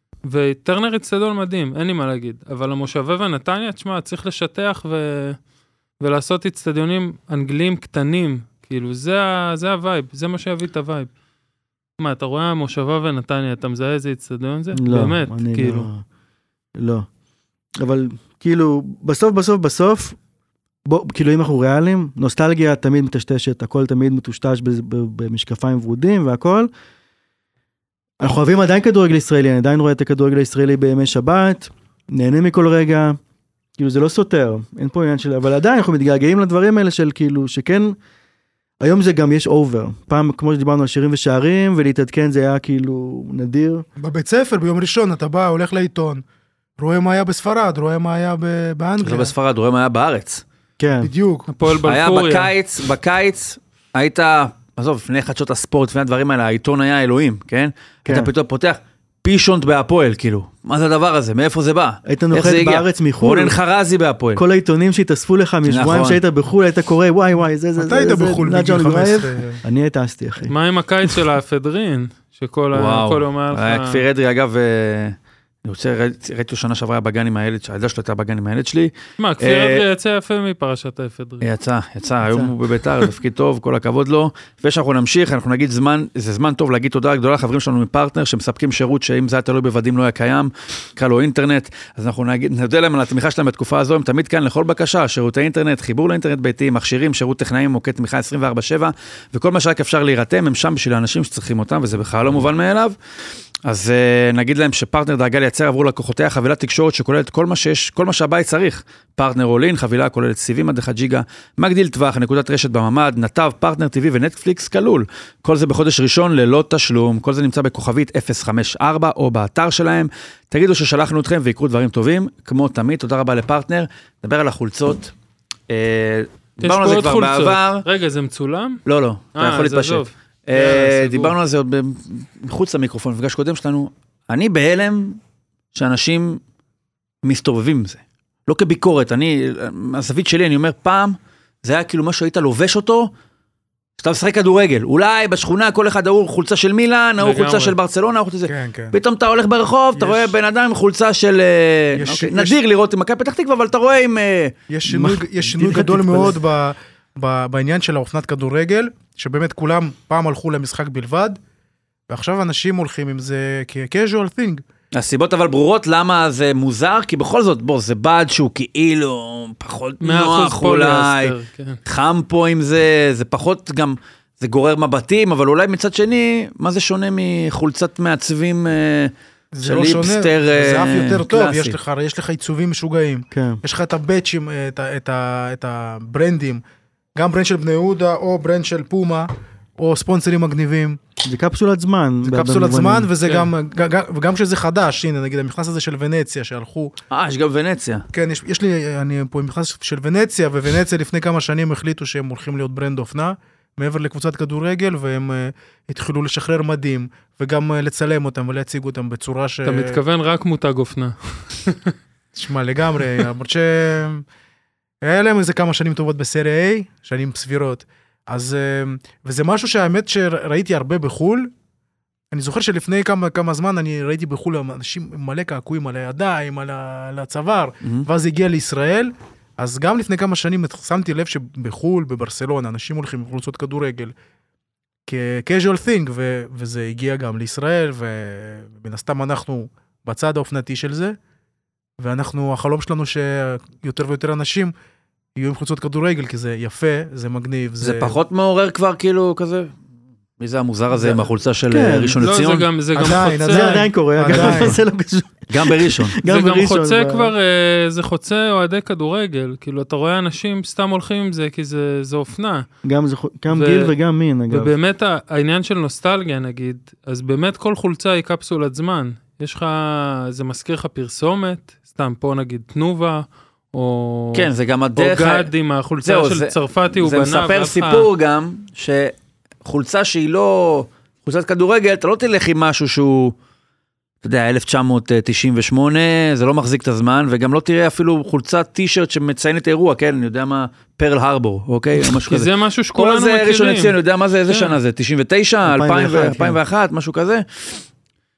E: וטרנר אצטדיון מדהים, אין לי מה להגיד. אבל המושבה ונתניה, תשמע, צריך לשטח ו... ולעשות אצטדיונים אנגליים קטנים. כאילו, זה, ה... זה הווייב, זה מה שיביא את הווייב. מה, אתה רואה מושבה ונתניה, אתה מזהה איזה אצטדיון זה?
B: לא,
E: באמת,
B: אני
E: כאילו.
B: לא. לא. אבל כאילו, בסוף, בסוף, בסוף, בוא, כאילו אם אנחנו ריאליים, נוסטלגיה תמיד מטשטשת, הכל תמיד מטושטש במשקפיים ורודים והכל. אנחנו אוהבים עדיין כדורגל ישראלי, אני עדיין רואה את הכדורגל הישראלי בימי שבת, נהנה מכל רגע, כאילו זה לא סותר, אין פה עניין של, אבל עדיין אנחנו מתגעגעים לדברים האלה של כאילו, שכן, היום זה גם יש אובר, פעם כמו שדיברנו על שירים ושערים, ולהתעדכן זה היה כאילו נדיר.
C: בבית ספר ביום ראשון אתה בא, הולך לעיתון, רואה מה היה בספרד, רואה מה היה באנגליה.
A: זה בספרד, רואה מה היה בארץ.
B: כן.
C: בדיוק.
E: הפועל
A: היה
E: בלפוריה.
A: בקיץ, בקיץ, היית, עזוב, לפני חדשות הספורט, לפני הדברים האלה, העיתון היה אלוהים, כן?
B: כן.
A: היית פתאום פותח, פישונט בהפועל, כאילו. מה זה הדבר הזה? מאיפה זה בא?
B: היית
A: איך
B: נוחת
A: זה הגיע?
B: בארץ מחול.
A: רונן חרזי בהפועל.
B: כל העיתונים שהתאספו לך משבועיים
A: נכון.
B: שהיית בחול, היית קורא, וואי וואי, זה זה
C: אתה
B: זה.
C: היית
B: זה,
C: בחול
B: נג'ון
C: בגיל
B: גרייב.
C: חמש עשרה.
B: אני טסתי, אחי.
E: מה עם הקיץ של האפדרין? שכל ה-
A: וואו.
E: כל יום היה לך...
A: היה כפיר אדרי, אגב, אה, אני רוצה, ראיתי ראיתי שנה שעברה בגן עם הילד, שהילדה שלו הייתה בגן עם הילד שלי.
E: מה, כפיר
A: אה,
E: אדרי יצא יפה מפרשת האפדרין.
A: יצא, יצא, היום הוא בביתר, תפקיד טוב, כל הכבוד לו. ושאנחנו נמשיך, אנחנו נגיד זמן, זה זמן טוב להגיד תודה גדולה לחברים שלנו מפרטנר, שמספקים שירות שאם זה היה תלוי בודים לא היה קיים, נקרא לו אינטרנט, אז אנחנו נגיד, נודה להם על התמיכה שלהם בתקופה הזו, הם תמיד כאן לכל בקשה, שירותי אינטרנט, חיבור לאינטרנט ביתי, מכשירים, שירות טכנאים, מוקד תמיכה עשרים וארבע שבע, וכל מה שרק אפשר להירתם, הם שם בשביל האנשים שצריכים אותם, וזה בכלל לא מובן מאליו. אז uh, נגיד להם שפרטנר דאגה לייצר עבור לקוחותיה חבילת תקשורת שכוללת כל מה שיש, כל מה שהבית צריך. פרטנר אולין, חבילה כוללת סיבים עד אחד ג'יגה, מגדיל טווח, נקודת רשת בממד, נתב, פרטנר טיווי ונטפליקס כלול. כל זה בחודש ראשון ללא תשלום, כל זה נמצא בכוכבית אפס חמש ארבע או באתר שלהם. תגידו ששלחנו אתכם ויקרו דברים טובים, כמו תמיד, תודה רבה לפרטנר. נדבר על החולצות. Uh, דיברנו על זה כבר בעבר.
E: רגע, זה מצולם?
A: לא, לא, אתה יכול להתפשט.
E: אה,
A: דיברנו על זה עוד מחוץ למיקרופון, מפגש קודם שלנו, אני בהלם שאנשים מסתובבים עם זה, לא כביקורת, אני, מהזווית שלי, אני אומר פעם, זה היה כאילו משהו, היית לובש אותו, שאתה משחק כדורגל, אולי בשכונה כל אחד ההוא חולצה של מילאן, ההוא חולצה של ברצלונה,
C: כן, כן.
A: פתאום אתה הולך ברחוב, אתה רואה בן אדם עם חולצה של, נדיר לראות עם מכבי פתח תקווה, אבל אתה רואה עם...
C: יש שינוי גדול מאוד בעניין של האופנת כדורגל, שבאמת כולם פעם הלכו למשחק בלבד, ועכשיו אנשים הולכים עם זה כ-casual thing.
A: הסיבות אבל ברורות למה זה מוזר, כי בכל זאת, בוא, זה בד שהוא כאילו פחות נוח אולי, חם פה עם זה, זה פחות גם, זה גורר מבטים, אבל אולי מצד שני, מה זה שונה מחולצת מעצבים של ליפסטר קלאסי?
C: זה אף יותר טוב, יש לך, יש לך עיצובים משוגעים, יש לך את הבאצ'ים, את הברנדים, גם ברנד של בני יהודה, או ברנד של פומה, או ספונסרים מגניבים.
B: זה קפסולת זמן.
C: זה קפסולת זמן, וזה גם, וגם כשזה חדש, הנה, נגיד, המכנס הזה של ונציה, שהלכו...
A: אה, יש גם ונציה.
C: כן, יש, יש לי, אני פה עם מכנס של ונציה, וונציה לפני כמה שנים החליטו שהם הולכים להיות ברנד אופנה, מעבר לקבוצת כדורגל, והם uh, התחילו לשחרר מדים, וגם uh, לצלם אותם ולהציג אותם בצורה ש...
E: אתה מתכוון רק מותג אופנה.
C: תשמע, לגמרי, למרות ש... היה להם איזה כמה שנים טובות בסריה A, שנים סבירות. אז, וזה משהו שהאמת שראיתי הרבה בחול, אני זוכר שלפני כמה, כמה זמן אני ראיתי בחול אנשים מלא קעקועים על הידיים, על, ה, על הצוואר, mm-hmm. ואז הגיע לישראל, אז גם לפני כמה שנים שמתי לב שבחול, בברסלונה, אנשים הולכים עם חולצות כדורגל, כ-casual thing, ו, וזה הגיע גם לישראל, ומן הסתם אנחנו בצד האופנתי של זה, ואנחנו, החלום שלנו שיותר ויותר אנשים יהיו עם חולצות כדורגל, כי זה יפה, זה מגניב.
A: זה פחות מעורר כבר כאילו כזה, מי זה המוזר הזה עם החולצה של ראשון לציון?
E: לא, זה גם, זה גם
C: עדיין,
E: חוצה.
B: זה עדיין קורה, אגב, זה לא קשור.
A: גם בראשון.
E: זה גם חוצה כבר, זה חוצה אוהדי כדורגל, כאילו אתה רואה אנשים סתם הולכים עם זה, כי זה אופנה.
B: גם גיל וגם מין, אגב.
E: ובאמת העניין של נוסטלגיה נגיד, אז באמת כל חולצה היא קפסולת זמן. יש לך, זה מזכיר לך פרסומת, סתם פה נגיד תנובה, או...
A: כן, זה גם הדרך...
E: או גד עם החולצה של צרפתי ובנה.
A: זה מספר סיפור גם, שחולצה שהיא לא... חולצת כדורגל, אתה לא תלך עם משהו שהוא, אתה יודע, אלף תשע מאות תשעים ושמונה, זה לא מחזיק את הזמן, וגם לא תראה אפילו חולצת טישרט שמציינת את האירוע, כן, אני יודע מה, פרל הרבור, אוקיי?
E: כי זה משהו שכולנו מכירים.
A: כל זה ראשון לציון, אני יודע מה זה, איזה שנה זה, תשעים ותשע, אלפיים ואחת, משהו כזה.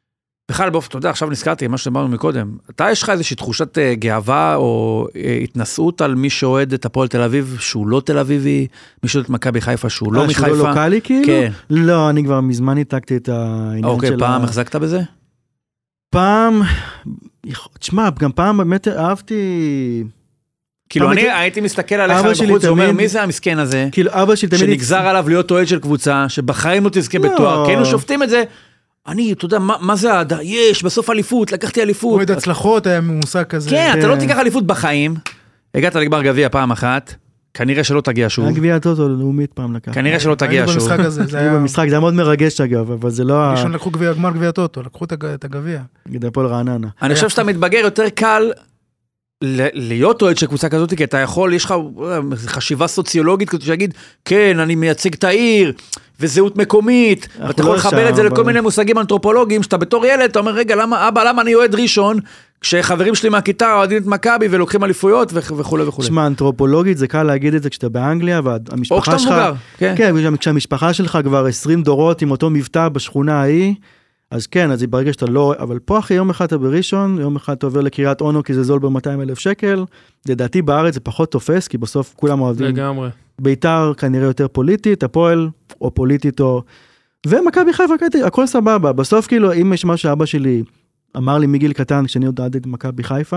A: בכלל, באופן, אתה יודע, עכשיו נזכרתי, מה שאמרנו מקודם, אתה יש לך איזושהי תחושת אה, גאווה או אה, התנסות על מי שאוהד את הפועל תל אביב, שהוא לא תל אביבי, מי שאוהד את מכבי חיפה, שהוא לא מחיפה?
B: שהוא לא לוקלי כאילו?
A: כן.
B: לא, אני כבר מזמן ניתקתי את העניין
A: אוקיי,
B: של
A: פעם
B: ה...
A: החזקת בזה?
B: פעם, תשמע, גם פעם באמת אהבתי...
A: כאילו,
B: פעם
A: אני
B: את-
A: הייתי מסתכל עליך
B: אבא שלי
A: בחוץ, ואומר,
B: תמיד-
A: מי זה המסכן הזה?
B: כאילו אבא שלי תמיד...
A: שנגזר עליו להיות אוהד של קבוצה, שבחיים לא תזכה
B: לא.
A: בתואר, כי היינו שופטים את זה, אני, אתה יודע, מה, מה זה העדה? יש, בסוף אליפות, לקחתי אליפות.
C: אוהד הצלחות היה מושג כזה.
A: כן, אתה
B: כן.
A: לא תיקח אליפות בחיים, הגעת לגמר גביע פעם אחת, כנראה שלא תגיע שוב,
B: היה גביע הטוטו לאומית פעם לקח.
A: כנראה שלא תגיע
C: היינו
A: שוב.
C: במשחק הזה, זה
B: היה
C: היה...
B: במשחק, זה היה מאוד מרגש אגב, אבל זה לא... ה-
C: ראשון לקחו גביע, גמר גביע טוטו, לקחו את הג- את הגביע.
B: נגד הפועל רעננה.
A: אני חושב שאתה מתבגר יותר קל ל- להיות אוהד של קבוצה כזאת, כי אתה יכול, יש לך אה, חשיבה סוציולוגית כזאת שיגיד, כן, אני מייצג את העיר, וזהות מקומית, ואתה יכול
B: לא
A: לחבר
B: שם,
A: את זה לכל
B: אבל-
A: מיני מושגים אנתרופולוגיים, שאתה בתור ילד, אתה אומר, רגע, למה, אבא, למה אני אוהד ראשון, כשחברים שלי מהכיתה אוהדים את מכבי ולוקחים אליפויות וכו' וכו'.
B: תשמע, אנתרופולוגית זה קל להגיד את זה כשאתה באנגליה,
A: או
B: והמשפחה
A: כשאתה
B: שלך...
A: מבוגר, כן.
B: כן, וגם כשהמשפחה שלך כבר עשרים דורות עם אותו מבטא בשכונה ההיא, אז כן, אז ברגע שאתה לא... אבל פה אחרי יום אחד אתה בראשון, יום אחד אתה עובר לקריית אונו כי זה זול ב-מאתיים אלף שקל, לדעתי בארץ זה פחות תופס, כי בסוף כולם אוהבים...
E: לגמרי.
B: ביתר כנראה יותר פוליטית, הפועל או פוליטית או... ומכבי חיפה, הכל סבבה. בסוף כאילו, אם יש מה שאבא שלי אמר לי מגיל קטן, כשאני עוד עדתי מכבי חיפה,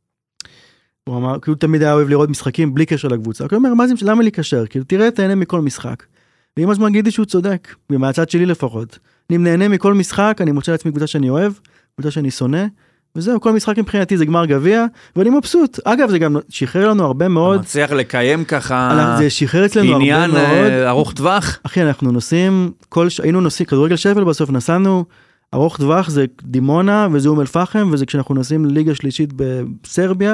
B: הוא אמר, כאילו תמיד היה אוהב לראות משחקים בלי קשר לקבוצה. הוא אומר, מה זה, למה להיקשר? כאילו, תראה, תהנה מכל משחק. ועם הזמן גידי שהוא צודק, ומהצד שלי לפחות. אני נהנה מכל משחק, אני מוצא לעצמי קבוצה שאני אוהב, קבוצה שאני שונא, וזהו, כל משחק מבחינתי זה גמר גביע, ואני מבסוט. אגב, זה גם שחרר לנו הרבה מאוד,
A: אתה מצליח לקיים ככה
B: זה שחרר אצלנו הרבה
A: עניין
B: מאוד.
A: אה, ארוך טווח?
B: אחי, אנחנו נוסעים, כל ש... היינו נוסעים, כדורגל שפל בסוף, נסענו, ארוך טווח זה דימונה וזה אום אל פחם, וזה כשאנחנו נוסעים לליגה שלישית בסרביה,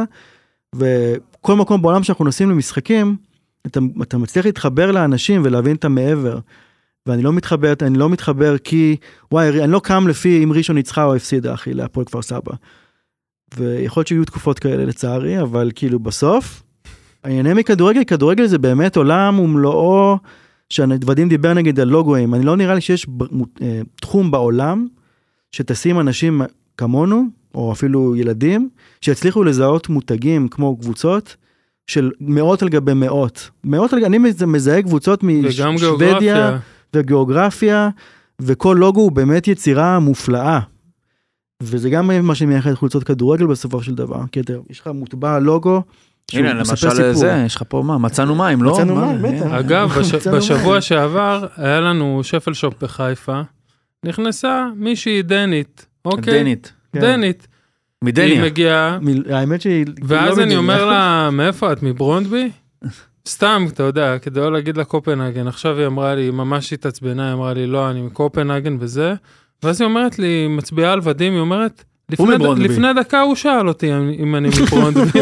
B: וכל מקום בעולם שאנחנו נוסעים למשחקים, אתה, אתה מצליח להתחבר לאנשים ולהבין את המעבר, ואני לא מתחבר, אני לא מתחבר כי, וואי, אני לא קם לפי אם ראשון ניצחה או הפסידה, אחי, להפועל כפר סבא. ויכול להיות שיהיו תקופות כאלה לצערי, אבל כאילו בסוף, הענייני מכדורגל, כדורגל זה באמת עולם ומלואו, שהדוודים דיבר נגיד על לוגויים, אני לא נראה לי שיש ב, אה, תחום בעולם, שתשים אנשים כמונו, או אפילו ילדים, שיצליחו לזהות מותגים כמו קבוצות, של מאות על גבי מאות. מאות על גבי, אני מזהה קבוצות
E: וגם
B: משוודיה,
E: גיאוגרפיה.
B: וגיאוגרפיה, וכל לוגו הוא באמת יצירה מופלאה. וזה גם מה שמייחד חולצות כדורגל בסופו של דבר, כי אתה, יש לך מוטבע לוגו, שהוא
A: הנה,
B: מספר
A: למשל
B: סיפור.
A: זה, יש לך פה מה? מצאנו מים, לא?
B: מצאנו
A: מה?
B: מים, בטח.
A: אה,
E: אגב, בש-
B: מצאנו
E: בשבוע
B: מים.
E: שעבר היה לנו שפל שופ בחיפה, נכנסה מישהי דנית, אוקיי?
A: דנית.
B: כן.
E: דנית. היא
A: מדניה.
E: מגיעה,
B: מ- האמת שהיא...
E: ואז
B: לא
E: אני
B: מדינה.
E: אומר לה, מאיפה את, מברונדבי? סתם, אתה יודע, כדי לא להגיד לה קופנהגן, עכשיו היא אמרה לי, היא ממש התעצבנה, היא אמרה לי, לא, אני מקופנהגן וזה, ואז היא אומרת לי, היא מצביעה על ודים, היא אומרת, לפני, ד...
A: מברונדבי.
E: לפני דקה הוא שאל אותי אם אני מברונדבי.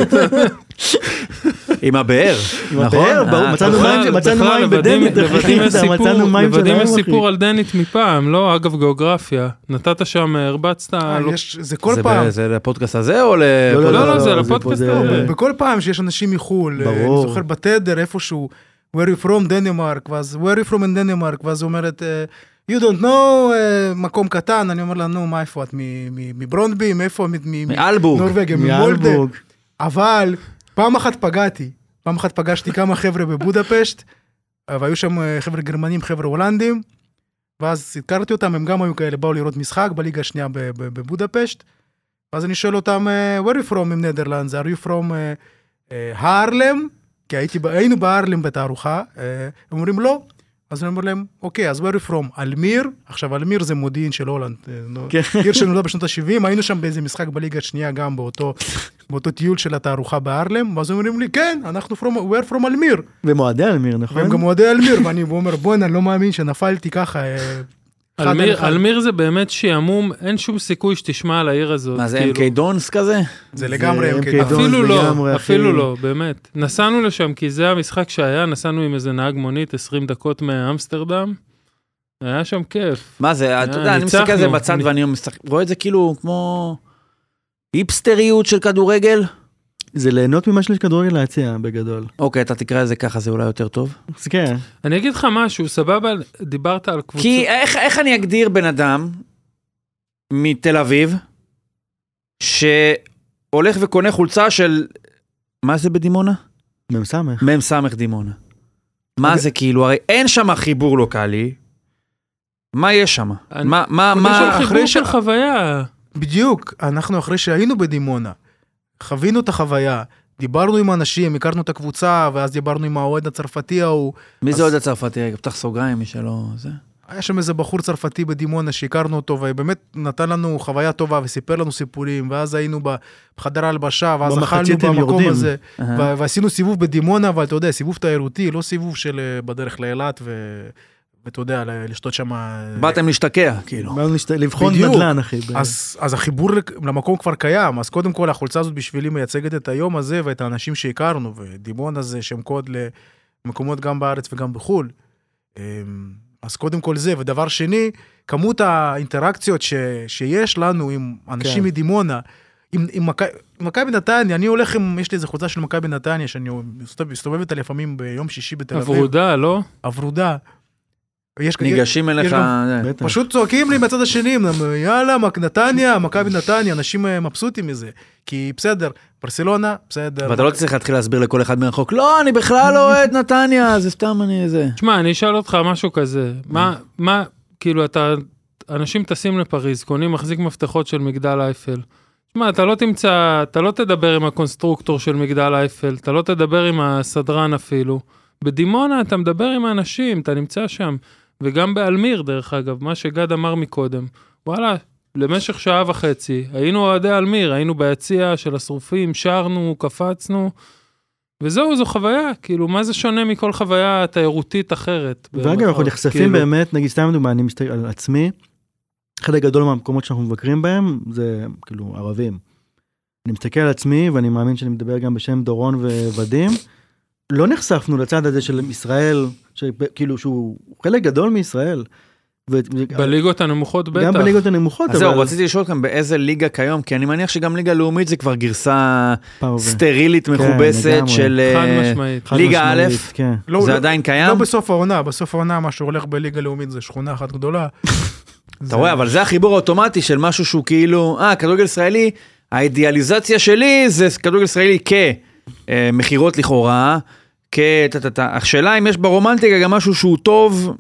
A: עם הבאר.
B: עם
A: נכון?
B: הבאר, ברור,
A: אה,
B: מצאנו
A: בכלל,
B: מים, מצאנו
E: בכלל,
B: מים
E: לוודאים-
B: בדנית, אחי,
E: לוודאים יש
B: מצאנו
E: סיפור-
B: מים של
E: לוודאים יש
B: הים, אחי.
E: סיפור על דנית מפעם, לא, אגב, גיאוגרפיה. נתת שם, הרבצת,
C: אה,
E: לא-
C: יש- זה כל
A: זה
C: פעם.
A: ב- זה לפודקאסט הזה או
B: לא,
A: לפודקאסט?
E: לא, לא, זה
B: פה
E: לפודקאסט
B: זה-
E: ההוא.
C: בכל פעם שיש אנשים מחול, אה, אני
B: ברור.
C: זוכר בתדר איפשהו, where you from דנמרק, ואז where you from in דנמרק, ואז היא אומרת, אה, you don't know, אה, מקום קטן, אני אומר לה, נו, מה איפה את, מ- מ- מברונדבי, מאיפה, מ- מ-
A: מאלבורג.
C: מנורווגיה, ממולדה,
B: מאלבורג.
C: אבל פעם אחת פגעתי, פעם אחת פגשתי כמה חבר'ה בבודפשט, והיו שם אה, חבר'ה גרמנים, חבר'ה הולנדים, ואז הכרתי אותם, הם גם היו כאלה, באו לראות משחק בליגה השנייה ב- ב- בבודפשט, ואז אני שואל אותם, אה, where you from in Netherlands, are you from הרלם? כי הייתי, ב- היינו בהרלם בתערוכה, אה, הם אומרים לא, אז אני אומר להם, אוקיי, אז where you from? אלמיר, עכשיו אלמיר זה מודיעין של הולנד, אה, נו,
B: כן.
C: עיר שנולדה בשנות ה-שבעים, היינו שם באיזה משחק בליגה השנייה גם באותו, באותו טיול של התערוכה בהרלם, ואז הם אומרים לי, כן, אנחנו from, we're from אלמיר,
B: ומועדי אלמיר, נכון?
C: והם גם אוהדי אלמיר, ואני אומר, בוא'נה, אני לא מאמין שנפלתי ככה, אה, אחד על
E: אלמיר,
C: אחד.
E: אלמיר זה באמת שעמום, אין שום סיכוי שתשמע על העיר הזאת.
A: מה זה
E: כאילו.
A: אם קיי דונס כזה?
C: זה לגמרי,
B: זה
C: הם
B: M K
C: כאילו.
B: דונס.
E: אפילו לא,
B: לגמרי,
E: אפילו
B: אחי.
E: לא, באמת. נסענו לשם כי זה המשחק שהיה, נסענו עם איזה נהג מונית עשרים דקות מאמסטרדם. היה שם כיף.
A: מה זה, אתה יודע, אני
E: ניצחנו.
A: מסתכל על זה בצד
E: אני-
A: ואני משחק- רואה את זה כאילו כמו היפסטריות של כדורגל.
B: זה ליהנות ממה שיש כדורגל להציע בגדול.
A: אוקיי, אתה תקרא לזה ככה, זה אולי יותר טוב.
B: אז כן.
E: אני אגיד לך משהו, סבבה, דיברת על קבוצות.
A: כי איך איך אני אגדיר בן אדם מתל אביב, שהולך וקונה חולצה של, מה זה בדימונה?
B: מם סמך.
A: מם סמך דימונה. מה זה כאילו, הרי אין שם חיבור לוקלי, מה יש שם?
E: אני-
A: מה, מה,
E: יש
A: מה,
E: שם חיבור
C: אחרי
E: של
C: ש-
E: חוויה.
C: בדיוק, אנחנו אחרי שהיינו בדימונה, חווינו את החוויה, דיברנו עם אנשים, הכרנו את הקבוצה, ואז דיברנו עם האוהד הצרפתי ההוא,
A: מי
C: אז-
A: זה עוד הצרפתי? רגע, פתח סוגריים, מי שלא, זה.
C: היה שם איזה בחור צרפתי בדימונה שהכרנו אותו, ובאמת נתן לנו חוויה טובה וסיפר לנו סיפורים, ואז היינו בחדר ההלבשה, ואז אכלנו
B: במחצית הם
C: במקום
B: יורדים.
C: הזה,
A: אהה.
C: ו- ועשינו סיבוב בדימונה, אבל אתה יודע, סיבוב תיירותי, לא סיבוב של אה, בדרך לאילת, ו- ואתה יודע, ל- לשתות שם...
A: באתם להשתקע, כאילו.
B: באנו להשת- לבחון
C: בדיוק.
B: נדל"ן, אחי. ב-
C: אז, אז החיבור למקום כבר קיים, אז קודם כל החולצה הזאת בשבילי מייצגת את היום הזה ואת האנשים שהכרנו, ודימונה זה שם קוד למקומות גם בארץ וגם בחול. אז קודם כל זה, ודבר שני, כמות האינטראקציות ש, שיש לנו עם אנשים
B: כן.
C: מדימונה, עם, עם מכ- עם מכבי נתניה, אני הולך עם, יש לי איזה חולצה של מכבי נתניה, שאני מסתובב- מסתובב איתה לפעמים ביום שישי בתל אביב,
E: הוורודה, לא?
C: הוורודה. ויש-
A: ניגשים אליך,
C: גם-
A: זה.
B: בטח.
C: פשוט צועקים לי מהצד השני, יאללה, מק- נתניה, מכבי נתניה, אנשים אה, מבסוטים מזה. כי בסדר, ברסלונה, בסדר.
A: ואתה לא צריך להתחיל להסביר לכל אחד מרחוק, לא, אני בכלל לא אוהד נתניה, זה סתם אני זה.
E: תשמע, אני אשאל אותך משהו כזה. מה, מה, כאילו, אתה, אנשים טסים לפריז, קונים מחזיק מפתחות של מגדל אייפל. תשמע, אתה לא תמצא, אתה לא תדבר עם הקונסטרוקטור של מגדל אייפל, אתה לא תדבר עם הסדרן אפילו. בדימונה אתה מדבר עם האנשים, אתה נמצא שם. וגם באלמיר, דרך אגב, מה שגד אמר מקודם. וואלה, למשך שעה וחצי, היינו אוהדי אלמיר, היינו ביציע של השרופים, שרנו, קפצנו, וזהו, זו חוויה, כאילו, מה זה שונה מכל חוויה תיירותית אחרת?
B: ואגב, אנחנו
E: במרכאות?
B: נחשפים
E: כאילו,
B: באמת, נגיד סתם דוגמה, אני מסתכל על עצמי, חלק גדול מהמקומות שאנחנו מבקרים בהם, זה כאילו ערבים. אני מסתכל על עצמי, ואני מאמין שאני מדבר גם בשם דורון ווודים, לא נחשפנו לצד הזה של ישראל, כאילו שהוא חלק גדול מישראל. ו-
E: בליגות הנמוכות בטח.
B: גם בליגות הנמוכות,
A: אז זהו, רציתי לשאול כאן באיזה ליגה כיום, כי אני מניח שגם ליגה לאומית זה כבר גרסה
B: פעם ו-
A: סטרילית
B: כן,
A: מכובסת
B: לגמרי.
A: של
E: חד
A: אה,
E: משמעית.
B: חד
A: ליגה א',
B: משמעית, כן.
C: לא,
A: זה
C: לא-
A: עדיין
C: לא
A: קיים?
C: בסוף העונה, בסוף העונה מה שהולך בליגה לאומית זה שכונה אחת גדולה.
A: אתה רואה, אבל זה החיבור האוטומטי של משהו שהוא כאילו, אה, כדורגל ישראלי, האידיאליזציה שלי זה כדורגל ישראלי כמחירות לכאורה, כ-טה-טה-טה. השאלה אם יש ברומנטיקה גם משהו שהוא טוב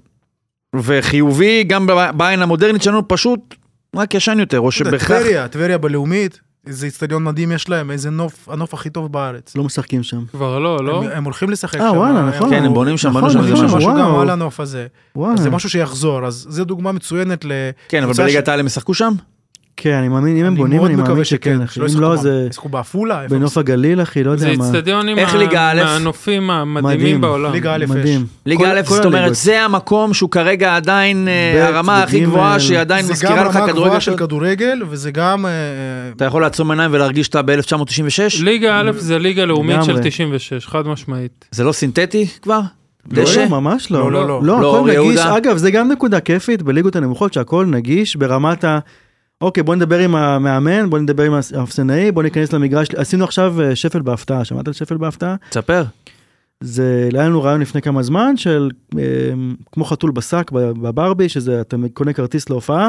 A: וחיובי, גם בעין המודרנית שלנו, פשוט רק ישן יותר, או שבכך...
C: טבריה, טבריה בלאומית, איזה אצטדיון מדהים יש להם, איזה נוף, הנוף הכי טוב בארץ.
B: לא משחקים שם.
E: כבר לא, לא?
C: הם, הם הולכים לשחק
B: אה,
C: שם.
B: וואלה,
C: הם-
B: נכון.
A: כן, הם בונים שם,
B: נכון,
A: בנו שם
C: בונים
A: איזה
C: שם
B: נכון,
A: משהו.
C: משהו גם
B: וואו.
C: על הנוף הזה.
B: וואלה.
C: אז זה משהו שיחזור, אז זו דוגמה מצוינת ל...
A: כן, אבל
C: קבוצה
A: בליגת
C: ש-
A: העל הם ישחקו שם?
B: כן, אני מאמין, אם הם
C: אני
B: בונים,
C: מאוד
B: אני מאמין
C: מקווה
B: שכן, אחי.
C: שלא
B: אם
C: ישחקו
B: לא,
C: בה-
B: זה
C: ישחקו בעפולה. איפה
B: בנוף הגליל, אחי, לא
E: זה
B: יודע מה.
E: אצטדיונים
A: איך
E: מה-
A: ליגה א'?
E: מהנופים המדהימים
B: מדהים.
E: בעולם.
C: ליגה א' יש.
B: מדהים.
A: ליגה
B: כל-
A: א',
B: כל
A: זאת אומרת,
B: הליגות.
A: זה המקום שהוא כרגע עדיין אה,
B: ב'
A: הרמה הכי
B: וג'
A: גבוהה, שעדיין
C: זה גם
A: מזכירה לך
C: רמה
A: כדורגל.
C: גבוהה של
A: של-
C: כדורגל, וזה גם... אה,
A: אתה יכול לעצום עיניים ולהרגיש שאתה ב-אלף תשע מאות תשעים ושש?
E: ליגה א' זה ליגה לאומית של
B: לגמרי.
E: תשעים ושש, חד משמעית.
A: זה לא סינתטי כבר?
B: לא,
A: דשא?
B: לא, ממש לא.
C: לא, לא, לא.
B: לא,
A: לא,
B: הכל נגיש.
A: יהודה?
B: אגב, זה גם נקודה כיפית בליגות הנמוכות, שהכל נגיש ברמת ה... אוקיי, בוא נדבר עם המאמן, בוא נדבר עם האפסנאי, בוא ניכנס למגרש. עשינו עכשיו אה, שפל בהפתעה, שמעת על שפל בהפתעה?
A: תספר.
B: זה, היה לנו רעיון לפני כמה זמן של אה, כמו חתול בשק בברבי, שזה אתה קונה כרטיס להופעה,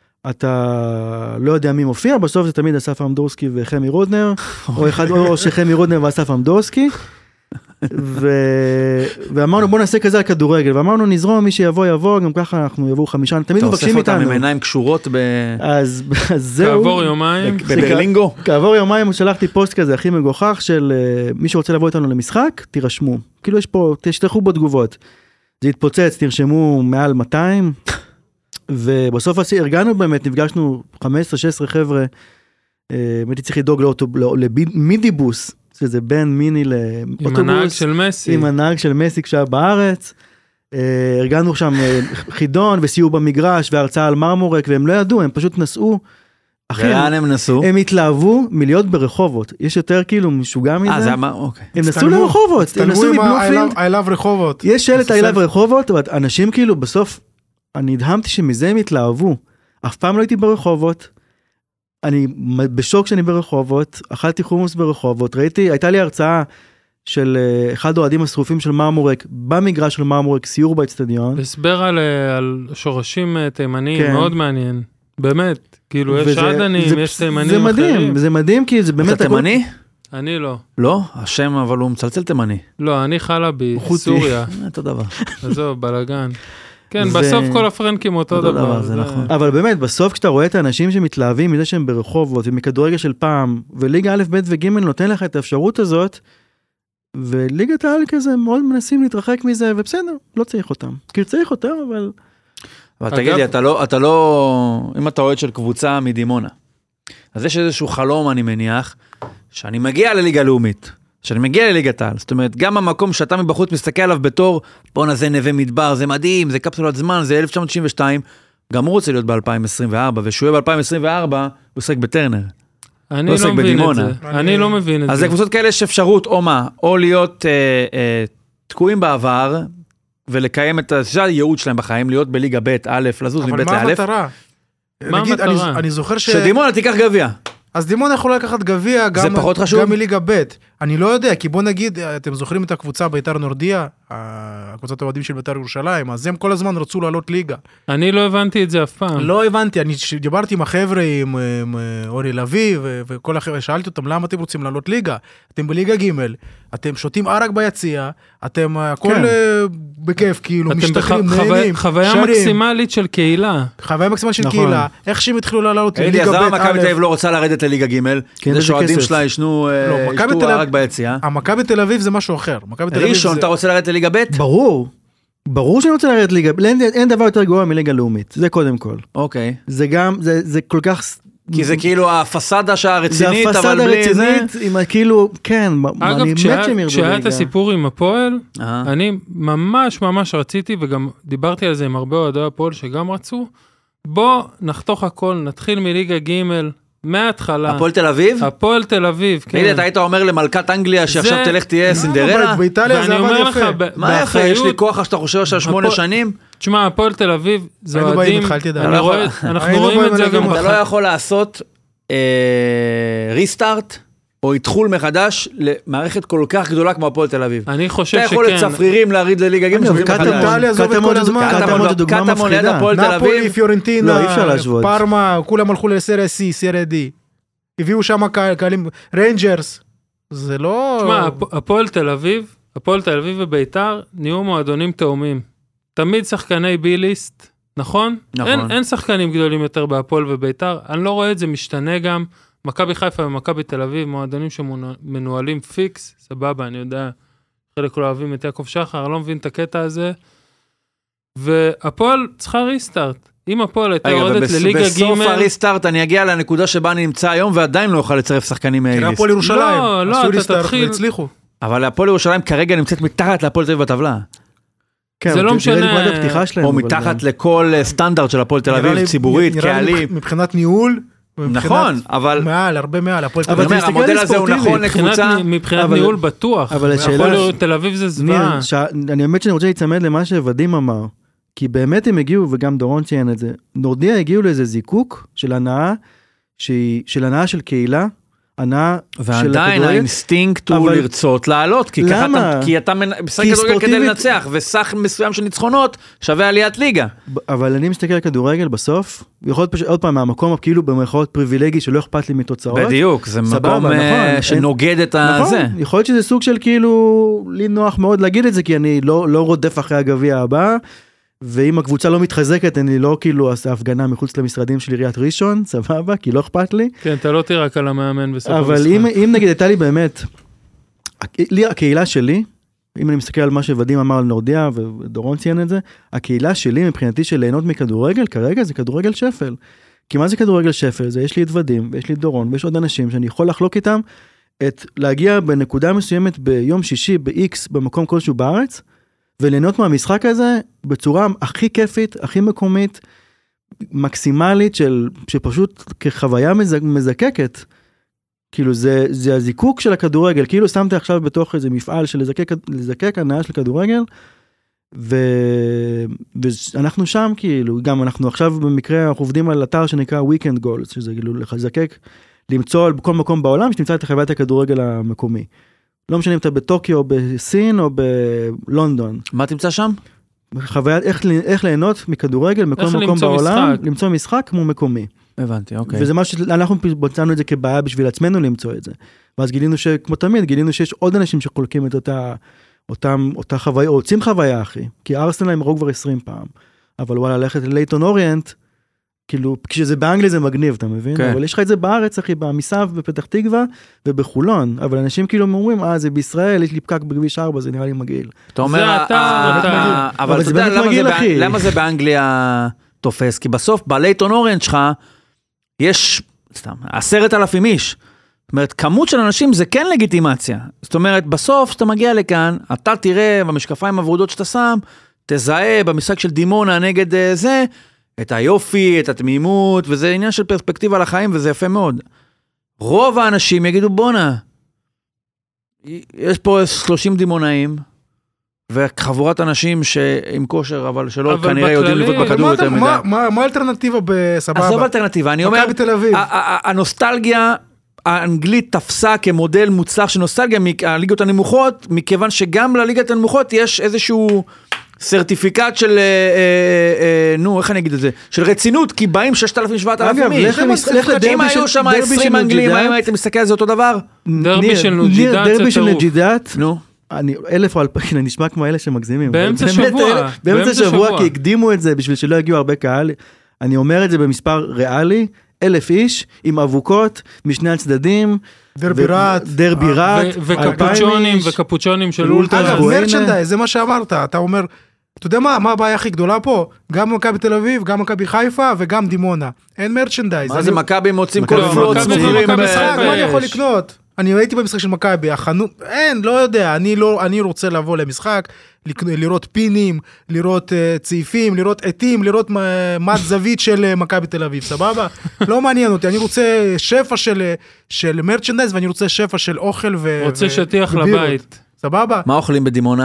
B: אתה לא יודע מי מופיע, בסוף זה תמיד אסף אמדורסקי וחמי רודנר, או אחד, או שחמי רודנר ואסף אמדורסקי, ו... ואמרנו בוא נעשה כזה על כדורגל, ואמרנו נזרום, מי שיבוא יבוא, גם ככה אנחנו יבואו חמישה, תמיד
A: אתה אוסף
B: מבקשים
A: אותם עם
B: איתנו.
A: עיניים קשורות ב-
B: אז, אז זהו.
E: כעבור יומיים,
A: בברלינגו?
B: כעבור יומיים שלחתי פוסט כזה הכי מגוחך של uh, מי שרוצה לבוא איתנו למשחק, תירשמו. כאילו יש פה, תשלחו בו תגובות. זה התפוצץ, תרשמו מעל מאתיים, ובסוף ארגנו באמת, נפגשנו חמש עשרה שש עשרה חבר'ה, uh, הייתי צריך לדאוג לאוטו, לא, למידיבוס, שזה בין מיני לאוטובוס.
E: עם הנהג של מסי.
B: עם הנהג של מסי כשהיה בארץ. Uh, ארגנו שם uh, חידון וסיור במגרש והרצאה על מרמורק, והם לא ידעו, הם פשוט נסעו. אחי,
A: לאן הם נסעו?
B: הם התלהבו מלהיות ברחובות, יש יותר כאילו משוגע מזה,
A: אה, זה מה, אוקיי.
B: הם נסעו
C: הצטלמו,
B: לרחובות, הם
C: הצטלמו
B: נסעו
C: עם
B: מבלומפילד,
C: ה- I love רחובות.
B: יש שלט
C: זה
B: I love
C: סלף.
B: רחובות, אבל אנשים כאילו בסוף, אני נדהמתי שמזה הם התלהבו, אף פעם לא הייתי ברחובות, אני בשוק שאני ברחובות, אכלתי חומוס ברחובות, ראיתי, הייתה לי הרצאה של אה, אחד האוהדים השרופים של מרמורק, במגרש של מרמורק, סיור באצטדיון,
E: הסבר על, על שורשים אה, תימניים,
B: כן.
E: מאוד מעניין. באמת, כאילו יש
B: וזה-
E: עדנים,
B: זה-
E: יש תימנים
B: זה מדהים,
E: אחרים.
B: זה מדהים כי זה באמת...
A: אתה
B: הכל-
A: תימני?
E: אני לא.
A: לא, השם אבל הוא מצלצל תימני.
E: לא, אני חלבי,
B: חוטי.
E: סוריה.
A: אותו דבר.
E: עזוב, בלגן. כן,
B: ו-
E: בסוף כל הפרנקים אותו
A: אותו
E: דבר.
A: דבר, זה נכון.
B: אבל באמת, בסוף כשאתה רואה את האנשים שמתלהבים מזה שהם ברחובות ומכדורגל של פעם, וליגה א', ב' וג' נותן לך את האפשרות הזאת, וליגת העל כזה מאוד מנסים להתרחק מזה, ובסדר, לא צריך אותם. כאילו צריך אותם, אבל...
A: אבל
E: אגב-
A: תגיד לי, אתה לא, אתה לא, אם אתה אוהד של קבוצה מדימונה, אז יש איזשהו חלום, אני מניח, שאני מגיע לליגה לאומית, שאני מגיע לליגת העל, זאת אומרת, גם המקום שאתה מבחוץ מסתכל עליו בתור, בוא נזה נווה מדבר, זה מדהים, זה קפסולת זמן, זה אלף תשע מאות תשעים ושתיים, גם הוא רוצה להיות ב-אלפיים עשרים וארבע, ושהוא יהיה ב-אלפיים עשרים וארבע, הוא עוסק בטרנר.
E: אני
A: לא עוסק
E: לא מבין את
A: בדימונה.
E: זה. אני לא מבין את
A: אז
E: זה.
A: לקבוצות כאלה יש אפשרות, או מה, או להיות אה, אה, תקועים בעבר, ולקיים את הייעוד שלהם בחיים, להיות בליגה ב' א', לזוז
C: אבל
A: מב'
C: מה
A: לא',
C: המטרה?
E: מה
C: נגיד,
E: המטרה?
C: אני, אני זוכר ש...
A: שדימונה תיקח גביע.
C: אז דימונה יכולה לקחת גביע גם,
A: פחות חשוב?
C: גם מליגה ב'. אני לא יודע, כי בוא נגיד, אתם זוכרים את הקבוצה ביתר נורדיה, הקבוצת האוהדים של ביתר ירושלים, אז הם כל הזמן רצו לעלות ליגה.
E: אני לא הבנתי את זה אף פעם.
C: לא הבנתי, אני דיברתי עם החבר'ה, עם, עם אורי לוי ו- וכל החבר'ה, שאלתי אותם, למה אתם רוצים לעלות ליגה? אתם בליגה ג', אתם שותים ערק ביציע, אתם הכל
B: כן.
C: אה, בכיף, כאילו,
E: אתם
C: משתחררים,
E: בחו- חוויה-
C: נהנים,
E: חוויה
C: שרים.
E: מקסימלית של קהילה.
C: חוויה מקסימלית של
B: נכון.
C: קהילה, איך שהם התחילו לעלות
A: תגיד לי,
C: לליגה
A: אז
C: ב'
A: למה מכבי
C: א',
A: תל אביב לא רוצה לרדת לליגה ג'?
B: כן,
A: זה
B: איזה
A: שהאוהדים
B: כסף.
A: שלה ישנו
C: לא,
A: אה,
C: מכבי
A: ישתו
C: תל אביב-
A: ערק ביציאה.
C: המכבי תל אביב זה משהו אחר. מכבי תל אביב
A: ראשון,
C: זה-
A: אתה רוצה לרדת לליגה ב'?
B: ברור, ברור שאני רוצה לרדת ליגה, אין, אין דבר יותר גרוע מליגה לאומית, זה קודם כל.
A: אוקיי.
B: זה גם, זה, זה כל כך...
A: כי זה כאילו הפסאדה שהרצינית,
B: זה
A: אבל
B: הפסאדה
A: בלי זה.
B: הרצינית, עם ה- כאילו, כן,
E: אגב,
B: אני
E: כשהיה
B: מת שהם ירדו
E: כשהיה את
B: ליגה.
E: הסיפור עם הפועל,
A: אה.
E: אני ממש ממש רציתי, וגם דיברתי על זה עם הרבה אוהדי הפועל שגם רצו, בוא נחתוך הכל, נתחיל מליגה ג' מההתחלה.
A: הפועל תל אביב?
E: הפועל תל אביב, כן.
A: תגיד לי, אתה היית אומר למלכת אנגליה שעכשיו
E: זה-
A: תלך תהיה סינדרלה?
C: אבל באיטליה זה
E: ואני
C: עבד
E: אומר לך,
C: יפה.
E: ב-
A: מה יפה? יש לי
E: באחריות,
A: כוח שאתה חושב עכשיו שמונה
E: הפועל-
A: שנים?
E: תשמע, הפועל תל אביב, זה
C: היינו באים,
E: אוהדים,
C: התחלתי לדעת.
E: אני
A: אתה לא
E: רואה-
A: יכול-
E: אנחנו
C: היינו
E: רואים
C: באים
E: את זה גם
C: אליו,
A: אתה
E: בח-
A: לא יכול לעשות ריסטארט או התחול מחדש למערכת כל כך גדולה כמו הפועל תל אביב.
E: אני חושב
A: אתה יכול
E: שכן.
A: לצפרירים להריד לליגה ג'
B: אבל
A: שעושים
B: קטמון-
A: מחדש.
C: איטליה עזוב את
B: קטמון
C: כל
B: זה-
C: הזמן.
B: קטמון זה דוגמה
A: קטמון ליד
B: מפחידה.
A: הפועל תל
C: נפולי,
A: אביב.
C: פיורנטינה,
B: לא, אי אפשר להשוות.
C: פארמה, כולם הלכו לסריה C, סריה D. הביאו שם קהל- קהלים, ריינג'רס. זה לא...
E: תשמע, הפ- הפועל תל אביב, הפועל תל אביב וביתר נהיו מועדונים תאומים. תמיד שחקני בי-ליסט, נכון?
A: נכון.
E: אין, אין שחקנים גדולים יותר בהפועל וביתר, אני לא רואה את זה משתנה גם. מכבי חיפה ומכבי תל אביב, מועדונים שמנוהלים פיקס, סבבה, אני יודע, חלק לא אוהבים את יעקב שחר, לא מבין את הקטע הזה. והפועל צריכה ריסטארט. אם הפועל הייתה
A: רגע,
E: יורדת לליגה ג',
A: בסוף הריסטארט אני אגיע לנקודה שבה אני נמצא היום ועדיין לא אוכל לצרף שחקנים
C: תראה
A: מהאליסט.
C: הפועל ירושלים.
E: לא, לא,
C: עשו
E: אתה
C: ריסטארט
E: תתחיל-
C: והצליחו.
A: אבל הפועל ירושלים כרגע נמצאת מתחת להפועל תל אביב בטבלה.
B: כן,
E: זה
B: אבל
E: לא
B: תראה את
E: משנה.
B: נקודת הפתיחה שלהם.
A: או
B: אבל
A: מתחת
B: גם-
A: לכל סטנדרט של הפועל תל
C: נראה
A: אביב,
C: לי-
A: ציבורית,
C: נראה לי
A: קהלים.
C: מבחינת ניהול. ומבחינת-
A: נכון, אבל
C: מעל, הרבה מעל. הפועל תל
B: אבל
C: אביב.
A: אני אומר,
B: תסתכל על
A: המודל הזה הוא
B: ספורטיבית.
A: נכון
E: מבחינת,
A: לקבוצה.
E: מבחינת
B: אבל-
E: ניהול בטוח.
B: אבל השאלה-
E: הפועל תל אביב זה זוועה.
B: ניר, ש... אני האמת שאני רוצה להצמד למה שוודים אמר, כי באמת הם הגיעו, וגם דורון ציין את זה, נורדיה הגיעו לאיזה זיקוק של הנאה, שהיא, של הנאה של קהילה, הנאה של
A: ועדיין
B: הכדורגל.
A: האינסטינקט הוא
B: אבל-
A: לרצות לעלות, כי ככה
B: למה?
A: אתה, כי אתה מנ- משחק
B: כי
A: כדורגל כדי
B: ספורטיבית-
A: לנצח, וסך מסוים של ניצחונות שווה עליית ליגה.
B: ב- אבל אני מסתכל על כדורגל בסוף, יכול להיות פשוט עוד פעם מהמקום כאילו במרכאות פריבילגי שלא אכפת לי מתוצאות.
A: בדיוק, זה
B: סבבה,
A: מקום אה,
B: נכון,
A: שנוגד את
B: נכון,
A: הזה.
B: יכול להיות שזה סוג של כאילו, לי נוח מאוד להגיד את זה, כי אני לא, לא רודף אחרי הגביע הבא, ואם הקבוצה לא מתחזקת, אני לא כאילו אעשה הפגנה מחוץ למשרדים של עיריית ראשון, סבבה, כי לא אכפת לי.
E: כן, אתה לא תירק על המאמן בסוף
B: אבל
E: המשחק.
B: אם, אם נגיד הייתה לי באמת, לי הקהילה שלי, אם אני מסתכל על מה שוודים אמר על נורדיה, ודורון ציין את זה, הקהילה שלי מבחינתי של ליהנות מכדורגל, כרגע זה כדורגל שפל. כי מה זה כדורגל שפל? זה יש לי את ודים, ויש לי את דורון, ויש עוד אנשים שאני יכול לחלוק איתם, את להגיע בנקודה מסוימת ביום שישי, ב-X, במקום כלשהו בארץ, וליהנות מהמשחק הזה בצורה הכי כיפית, הכי מקומית, מקסימלית, של, שפשוט כחוויה מזק, מזקקת. כאילו זה, זה הזיקוק של הכדורגל, כאילו שמתי עכשיו בתוך איזה מפעל של לזקק, לזקק הנאה של כדורגל, ו... ואנחנו שם כאילו, גם אנחנו עכשיו במקרה אנחנו עובדים על אתר שנקרא Weekend Goals, שזה כאילו לזקק, למצוא בכל מקום בעולם שתמצא את חוויית הכדורגל המקומי. לא משנה אם אתה בטוקיו או בסין או בלונדון.
A: מה תמצא שם?
B: חוויה, איך, איך ליהנות מכדורגל, מכל מקום בעולם, משחק. למצוא משחק כמו מקומי.
A: הבנתי, אוקיי.
B: וזה משהו שאנחנו מצאנו את זה כבעיה בשביל עצמנו למצוא את זה. ואז גילינו שכמו תמיד, גילינו שיש עוד אנשים שחולקים את אותה, אותם, אותה חוויה, או רוצים חוויה, אחי. כי ארסנל הם ראו כבר עשרים פעם. אבל וואלה, ללכת ללייטון אוריינט, כאילו, כשזה באנגליה זה מגניב, אתה מבין? כן. אבל יש לך את זה בארץ, אחי, במסעב, בפתח תקווה ובחולון. אבל אנשים כאילו אומרים, אה, זה בישראל, יש לי פקק בכביש ארבע, זה נראה לי מגעיל.
A: אתה אומר, אבל אתה יודע, למה זה באנגליה תופס? כי בסוף, בלייטון אוריינט שלך, יש, סתם, עשרת אלפים איש. זאת אומרת, כמות של אנשים זה כן לגיטימציה. זאת אומרת, בסוף, שאתה מגיע לכאן, אתה תראה במשקפיים הוורודות שאתה שם, תזהה במשחק של דימונה נגד זה, את היופי, את התמימות, וזה עניין של פרספקטיבה לחיים, וזה יפה מאוד. רוב האנשים יגידו, בונה, יש פה שלושים דימונאים, וחבורת אנשים שעם כושר, אבל שלא אבל כנראה יודעים לבנות בכדור יותר מדי.
C: מה האלטרנטיבה בסבבה?
A: עזוב אלטרנטיבה, אני אומר, הנוסטלגיה האנגלית תפסה כמודל מוצלח של נוסטלגיה, מהליגות הנמוכות, מכיוון שגם לליגות הנמוכות יש איזשהו סרטיפיקט של, אה, אה, נו, איך אני אגיד את זה? של רצינות, כי באים ששת אלפים שבעת אלפים איש. אם היו שם עשרים אנגלים, האם הייתם מסתכל על זה אותו דבר?
E: דרבי של נוג'ידאת זה
B: דרבי של נוג'ידאת,
A: נו.
B: אני, אלף או אלפיים, אני נשמע כמו אלה שמגזימים.
E: באמצע שבוע.
B: באמצע שבוע, כי הקדימו את זה בשביל שלא יגיעו הרבה קהל. אני אומר את זה במספר ריאלי, אלף איש, עם אבוקות, משני הצדדים.
C: דרבי רט.
B: דרבי רט.
E: וקפוצ'ונים, וקפוצ'ונים של אולטרה.
C: אגב, מרצ'נדייז, זה מה שאמרת. אתה אומר, אתה יודע מה, מה הבעיה הכי גדולה פה? גם מכבי תל אביב, גם מכבי חיפה, וגם דימונה. אין מרצ'נדייז.
A: מה זה מכבי מוצאים כל פלוט?
C: מה אני יכול לקנות? אני ראיתי במשחק של מכבי, החנות, אין, לא יודע, אני לא, אני רוצה לבוא למשחק, לראות פינים, לראות uh, צעיפים, לראות עתים, לראות מד זווית של מכבי תל אביב, סבבה? לא מעניין אותי, אני רוצה שפע של, של מרצ'נדייז, ואני רוצה שפע של אוכל ו...
E: רוצה
C: ו-
E: שטיח
C: ובירות.
E: לבית.
C: סבבה?
A: מה אוכלים בדימונה?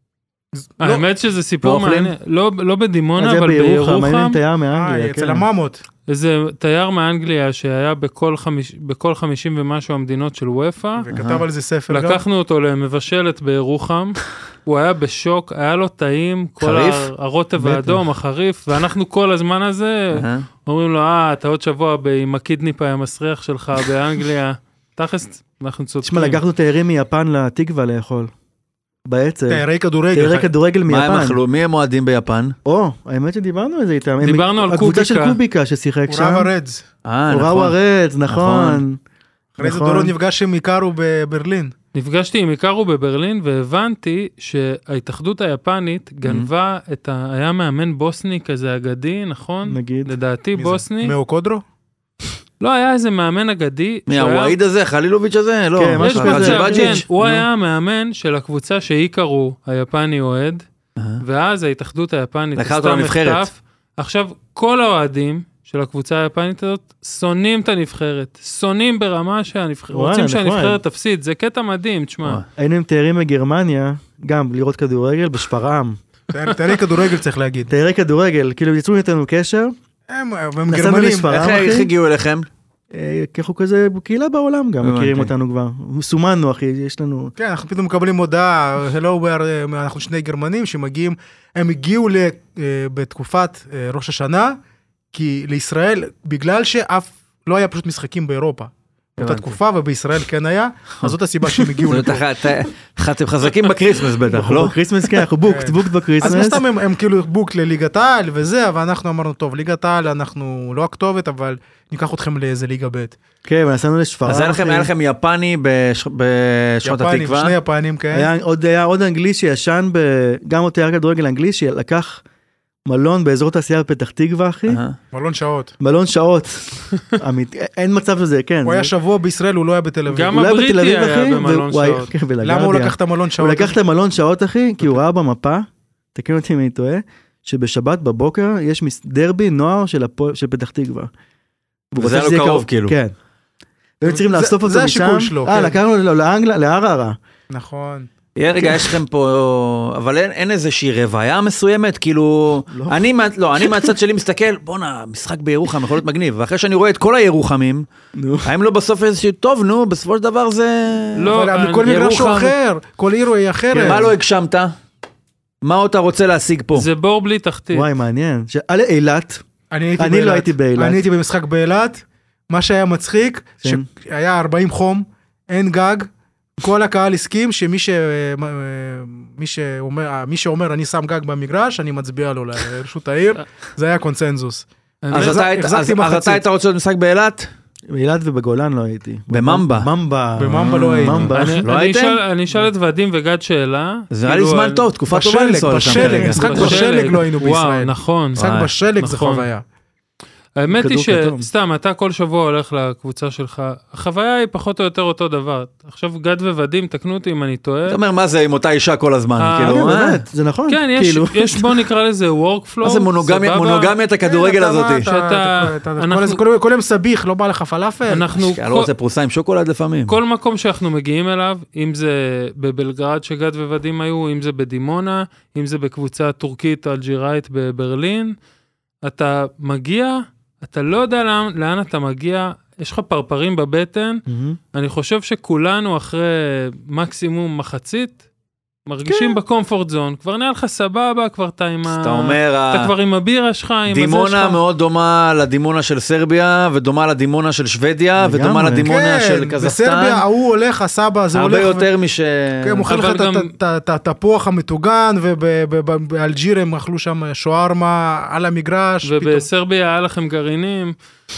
E: האמת שזה סיפור מעניין, לא, לא בדימונה, אבל בירוחם.
B: מעניין תייר מאנגליה,
C: אה, אצל הממות.
E: איזה תייר מאנגליה שהיה בכל, חמיש, בכל חמישים ומשהו המדינות של וופא.
C: וכתב על זה ספר.
E: לקחנו גם. אותו למבשלת בירוחם, הוא היה בשוק, היה לו טעים, כל הרוטב האדום, החריף, ואנחנו כל הזמן הזה, אומרים לו, אה, אתה עוד שבוע עם הקידניפ המסריח שלך באנגליה, תכלס, אנחנו צודקים.
B: תשמע, לקחנו תיירים מיפן לתקווה לאכול. בעצם.
C: תיירי כדורגל.
B: תיירי כדורגל מיפן.
A: מה הם אכלו? מי הם מועדים ביפן?
B: או, האמת שדיברנו על זה איתם.
E: דיברנו על קוביקה.
B: הקבוצה של קוביקה ששיחק שם.
C: אוראווה רדס.
A: אה, נכון.
B: אוראווה רדס, נכון.
C: אחרי זה דורון נפגש עם איקרו בברלין.
E: נפגשתי עם איקרו בברלין, והבנתי שההתאחדות היפנית גנבה את ה... היה מאמן בוסני כזה אגדי, נכון?
B: נגיד.
E: לדעתי בוסני.
C: מאוקודרו?
E: לא, היה איזה מאמן אגדי.
A: מי, הוואיד הזה, חלילוביץ' הזה? לא,
B: כן, משהו כזה.
E: כן, הוא היה המאמן של הקבוצה שאיקרו היפני אוהד, ואז ההתאחדות היפנית
A: לקחה מחטף.
E: עכשיו, כל האוהדים של הקבוצה היפנית הזאת, שונאים את הנבחרת. שונאים ברמה שהנבחרת, רוצים שהנבחרת תפסיד. זה קטע מדהים, תשמע.
B: היינו עם תיירים מגרמניה, גם לראות כדורגל בשפרעם.
C: תיירי כדורגל צריך להגיד.
B: תיירי כדורגל, כאילו יצרו איתנו קשר.
C: הם גרמנים.
A: איך הגיעו אליכם?
B: ככה כזה קהילה בעולם גם, מכירים אותנו כבר. סומנו, אחי, יש לנו...
C: כן, אנחנו פתאום מקבלים הודעה, אנחנו שני גרמנים שמגיעים, הם הגיעו בתקופת ראש השנה, כי לישראל, בגלל שאף לא היה פשוט משחקים באירופה. באותה תקופה, ובישראל כן היה, אז זאת הסיבה שהם הגיעו לפה.
A: אתם חזקים בקריסמס בטח, לא?
B: בקריסמס כן, אנחנו בוקט, בוקט בקריסמס.
C: אז מסתם הם כאילו בוקט לליגת העל וזה, אבל אנחנו אמרנו, טוב, ליגת העל אנחנו לא הכתובת, אבל ניקח אתכם לאיזה ליגה ב'.
B: כן, ונסענו לשפרעם.
A: אז היה לכם יפני בשעות התקווה?
C: שני יפנים, כן.
B: היה עוד אנגלי שישן, גם עוד תייר כדורגל אנגלי, שלקח מלון באזור תעשייה בפתח תקווה, אחי.
C: מלון שעות.
B: מלון שעות. אין מצב לזה, כן.
C: הוא היה שבוע בישראל, הוא לא היה בתל אביב.
E: גם הבריטי היה במלון שעות.
C: למה הוא לקח את המלון שעות?
B: הוא לקח את המלון שעות, אחי, כי הוא ראה במפה, תקן אותי אם אני טועה, שבשבת בבוקר יש דרבי נוער של פתח תקווה.
A: וזה היה לו קרוב, כאילו.
B: כן. והם צריכים לאסוף אותו משם.
C: זה השיקול שלו.
B: אה, לקחנו לו לערערה.
C: נכון.
A: רגע, יש לכם פה, אבל אין, אין איזושהי רוויה מסוימת, כאילו,
B: לא.
A: אני, לא, אני מהצד שלי מסתכל, בונה, משחק בירוחם יכול להיות מגניב, ואחרי שאני רואה את כל הירוחמים, האם לא בסוף איזושהי, טוב, נו, בסופו של דבר זה...
C: לא, אבל כל מגרש הוא אחר, כל עיר הוא אחרת.
A: מה לא הגשמת? מה אתה רוצה להשיג פה?
E: זה בור בלי תחתית.
B: וואי, מעניין. על אילת,
C: אני הייתי
B: אני
C: באילת.
B: לא הייתי באילת.
C: אני הייתי במשחק באילת, מה שהיה מצחיק,
B: כן.
C: שהיה ארבעים חום, אין גג, כל הקהל הסכים שמי ש... מי שאומר, מי שאומר אני שם גג במגרש, אני מצביע לו לרשות העיר, זה היה קונצנזוס.
A: אז אתה היית- אז- אז אתה היית רוצה להיות משחק באילת?
B: באילת ובגולן לא הייתי.
A: בממבה.
B: ממבה.
C: בממבה לא הייתי.
B: ממבה.
E: אני-
A: לא
E: אני
A: הייתם?
E: אשאל- אני אשאל את ודים וגד שאלה.
A: זה נראה לי
E: כאילו,
A: זמן
E: על-
A: טוב, תקופה טובה
C: בשלג,
A: לנסוע לשם
C: בשלג,
A: כרגע.
C: משחק בשלג לא היינו
E: וואו,
C: בישראל.
E: נכון.
C: משחק
A: וואי,
C: בשלג זה
E: נכון.
C: חוויה.
E: האמת היא
B: כדור כתום.
E: שסתם, אתה כל שבוע הולך לקבוצה שלך, החוויה היא פחות או יותר אותו דבר. עכשיו גד וודים, תקנו אותי אם אני טועה.
A: אתה אומר, מה זה עם אותה אישה כל הזמן?
E: אה,
A: כאילו,
B: כן,
A: אה?
B: באמת, זה נכון.
E: כן, יש,
B: כאילו.
E: יש בוא נקרא לזה workflow.
A: מה זה מונוגמיה-
E: סבבה?
A: מונוגמיית הכדורגל
C: כן, אתה-
A: הזאת?
C: אתה-
E: שאתה-
C: אתה- אתה-
E: אנחנו-
C: כל- כל- כל יום סביח, לא בא לך פלאפל?
E: אנחנו,
A: אני לא
E: כל,
A: רוצה פרוסה עם שוקולד לפעמים.
E: כל מקום שאנחנו מגיעים אליו, אם זה בבלגרד שגד וודים היו, אם זה בדימונה, אם זה בקבוצה טורקית אלג'יראית בברלין, אתה מגיע, אתה לא יודע לאן, לאן אתה מגיע, יש לך פרפרים בבטן,
B: מהמם.
E: אני חושב שכולנו אחרי מקסימום מחצית, מרגישים בקומפורט זון, כבר נהיה לך סבבה, כבר אתה עם ה...
A: אתה אומר,
E: אתה כבר עם הבירה שלך, עם הזה
A: דימונה
E: שלך.
A: מאוד דומה לדימונה של סרביה, ודומה לדימונה של שוודיה,
B: לגמרי.
A: ודומה לדימונה של
C: כן,
A: קזחסטן.
C: בסרביה ההוא הולך, הסבא זה הולך.
A: הרבה יותר מש...
C: כן, מוכר לך
E: אבל
C: את ה-
E: גם-
C: את ה- את התפוח המטוגן, ובאלג'יר הם אכלו שם שוארמה על המגרש. פתאום.
E: ובסרביה היה לכם גרעינים.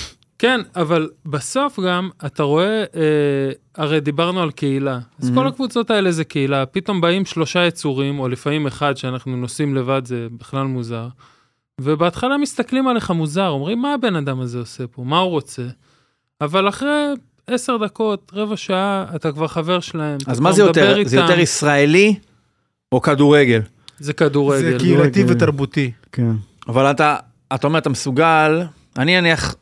E: כן, אבל בסוף גם אתה רואה, אה, הרי דיברנו על קהילה, אז כל הקבוצות האלה זה קהילה, פתאום באים שלושה יצורים, או לפעמים אחד שאנחנו נוסעים לבד, זה בכלל מוזר, ובהתחלה מסתכלים עליך מוזר, אומרים מה הבן אדם הזה עושה פה, מה הוא רוצה, אבל אחרי עשר דקות, רבע שעה, אתה כבר חבר שלהם, אתה
A: אז
E: כבר
A: מה זה
E: מדבר
A: יותר? זה
E: איתם.
A: יותר ישראלי או כדורגל?
E: זה כדורגל.
C: זה קהילתי
B: כדורגל.
C: ותרבותי.
B: כן.
A: אבל אתה, אתה אומר, אתה מסוגל, אני נניח,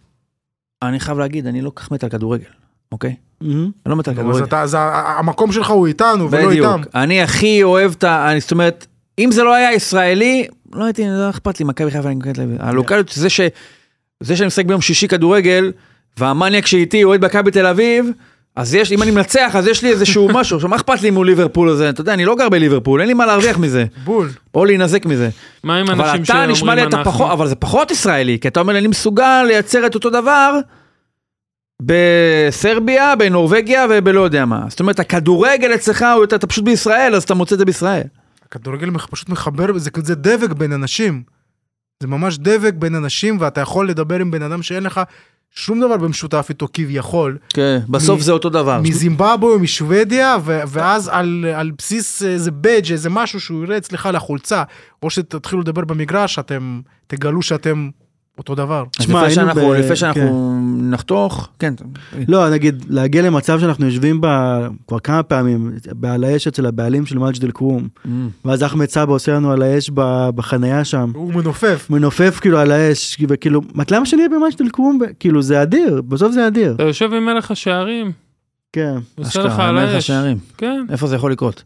A: אני חייב להגיד, אני לא כך מת על כדורגל, אוקיי?
B: מהמם.
A: אני לא מת על
C: אז
A: כדורגל.
C: אתה- אז ה- המקום שלך הוא איתנו ולא
A: בדיוק.
C: איתם.
A: אני הכי אוהב את ה... אני- זאת אומרת, אם זה לא היה ישראלי, לא הייתי, לא אכפת לי, מכבי חיפה, אני מקבל את לב. הלוקליות, זה ש... זה שאני משחק ביום שישי כדורגל, והמניאק שאיתי אוהד מכבי תל אביב, אז יש, אם אני מנצח, אז יש לי איזשהו משהו, עכשיו, מה אכפת לי מול ליברפול הזה? אתה יודע, אני לא גר בליברפול, אין לי מה להרוויח מזה,
C: בול.
A: או להינזק מזה.
E: מה עם
A: אבל
E: אנשים
A: אתה נשמע לי,
E: שאומרים
A: אתה
E: אנחנו?
A: פחות, אבל זה פחות ישראלי, כי אתה אומר, אני מסוגל לייצר את אותו דבר, בסרביה, בנורווגיה ובלא יודע מה. זאת אומרת, הכדורגל אצלך הוא יותר, אתה פשוט בישראל, אז אתה מוצא את זה בישראל.
C: הכדורגל מח- פשוט מחבר, זה זה דבק בין אנשים. זה ממש דבק בין אנשים, ואתה יכול לדבר עם בן אדם שאין לך שום דבר במשותף איתו כביכול.
A: כן, בסוף
C: מ-
A: זה אותו דבר.
C: מזימבבואה, משוודיה, ו- ואז על, על בסיס איזה בדג', איזה משהו שהוא יראה אצלך לחולצה, או שתתחילו לדבר במגרש, אתם תגלו שאתם אותו דבר.
A: אז
B: תשמע,
A: לפני
B: היינו
A: שאנחנו,
B: ב-
A: לפני שאנחנו נחתוך, כן.
B: לא, נגיד, להגיע למצב שאנחנו יושבים בה כבר כמה פעמים, בעל האש אצל הבעלים של מג'ד אל כרום, ואז אחמד סבא עושה לנו על האש ב- בחנייה שם,
C: הוא מנופף.
B: מנופף כאילו על האש, וכאילו, למה שאני אהיה במג'ד אל כרום? כאילו, זה אדיר, בסוף זה אדיר.
E: אתה יושב עם מלך השערים,
B: כן.
E: הוא עושה לך
A: אשכרה,
E: על
A: מלך
E: האש.
A: השערים.
E: כן.
A: איפה זה יכול לקרות?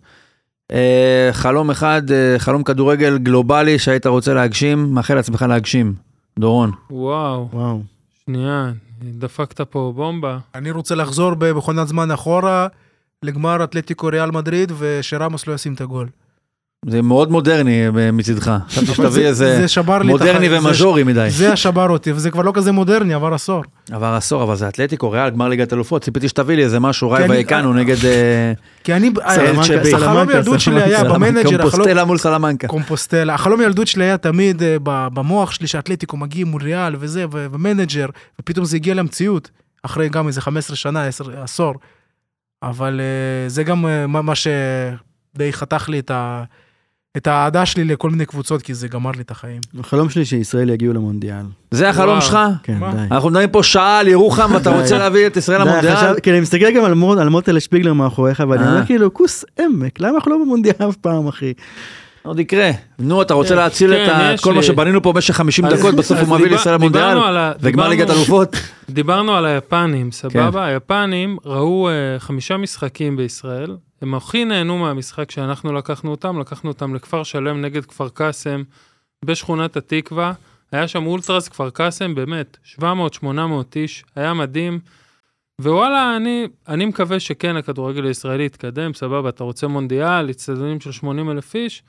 A: אה, חלום אחד, אה, חלום כדורגל גלובלי שהיית רוצה להגשים, מאחל לעצמך להגשים. דורון.
E: וואו,
B: וואו.
E: שנייה, דפקת פה בומבה.
C: אני רוצה לחזור במכונת זמן אחורה, לגמר אתלטיקו ריאל מדריד, ושרמוס לא ישים את הגול.
A: זה מאוד מודרני אה, מצדך. חשבתי
C: אבל
A: שתביא
C: זה-
A: איזה
C: זה שבר לי את
A: מודרני
C: החיים, זה-
A: ומז'ורי מדי.
C: זה השבר אותי, וזה כבר לא כזה מודרני, עבר עשור.
A: עבר עשור, אבל זה אתלטיקו, ריאל, גמר ליגת אלופות, ציפיתי שתביא לי איזה משהו,
C: כי
A: ראי
C: אני-
A: ויקנו נגד אה,
C: כי אני,
B: סלמנקה,
A: שבי.
C: החלום
B: סלמנקה,
C: ילדות שלי היה
B: סלמנקה.
C: במנג'ר, החלום
A: קומפוסטלה מול סלמנקה.
C: קומפוסטלה, החלום ילדות שלי היה תמיד אה, ב- במוח שלי שאתלטיקו מגיעים מול ריאל וזה, ו- ומנג'ר, ופתאום זה הגיע למציאות, אחרי גם איזה חמש עשרה שנה, עשר- עשור. אבל אה, זה גם אה, מה מה שדי חתך לי את ה... את האהדה שלי לכל מיני קבוצות, כי זה גמר לי את החיים.
B: החלום שלי שישראל יגיעו למונדיאל.
A: זה החלום
E: וואו.
A: שלך?
B: כן,
C: מה?
B: די.
A: אנחנו מדברים פה שעה על ירוחם, ואתה רוצה להביא את ישראל
B: די,
A: למונדיאל?
B: חשב- כי אני מסתכל גם על מוט- על מוטלה שפיגלר מאחוריך, ואני
A: אה.
B: אומר כאילו, כוס עמק, למה אנחנו לא במונדיאל אף פעם, אחי?
A: עוד יקרה. נו, אתה רוצה להציל
E: כן,
A: את ה- את
E: יש
A: כל מה
E: לי.
A: שבנינו פה במשך חמישים
E: אז-
A: דקות, בסוף
E: אז
A: הוא מביא
E: דיבר-
A: לישראל למונדיאל,
E: דיברנו על ה-
A: וגמר
E: דיברנו-
A: ליגת אלופות.
E: דיברנו על היפנים,
A: כן.
E: סבבה? היפנים ראו אה, חמישה משחקים בישראל, הם הכי נהנו מהמשחק שאנחנו לקחנו אותם, לקחנו אותם לכפר שלם נגד כפר קאסם, בשכונת התקווה, היה שם אולטרס כפר קאסם, באמת, שבע מאות שמונה מאות איש, היה מדהים, ווואלה, אני, אני מקווה שכן, הכדורגל הישראלי יתקדם, סבבה, אתה רוצה מונדיאל, אצטדיונים של שמונים אלף איש,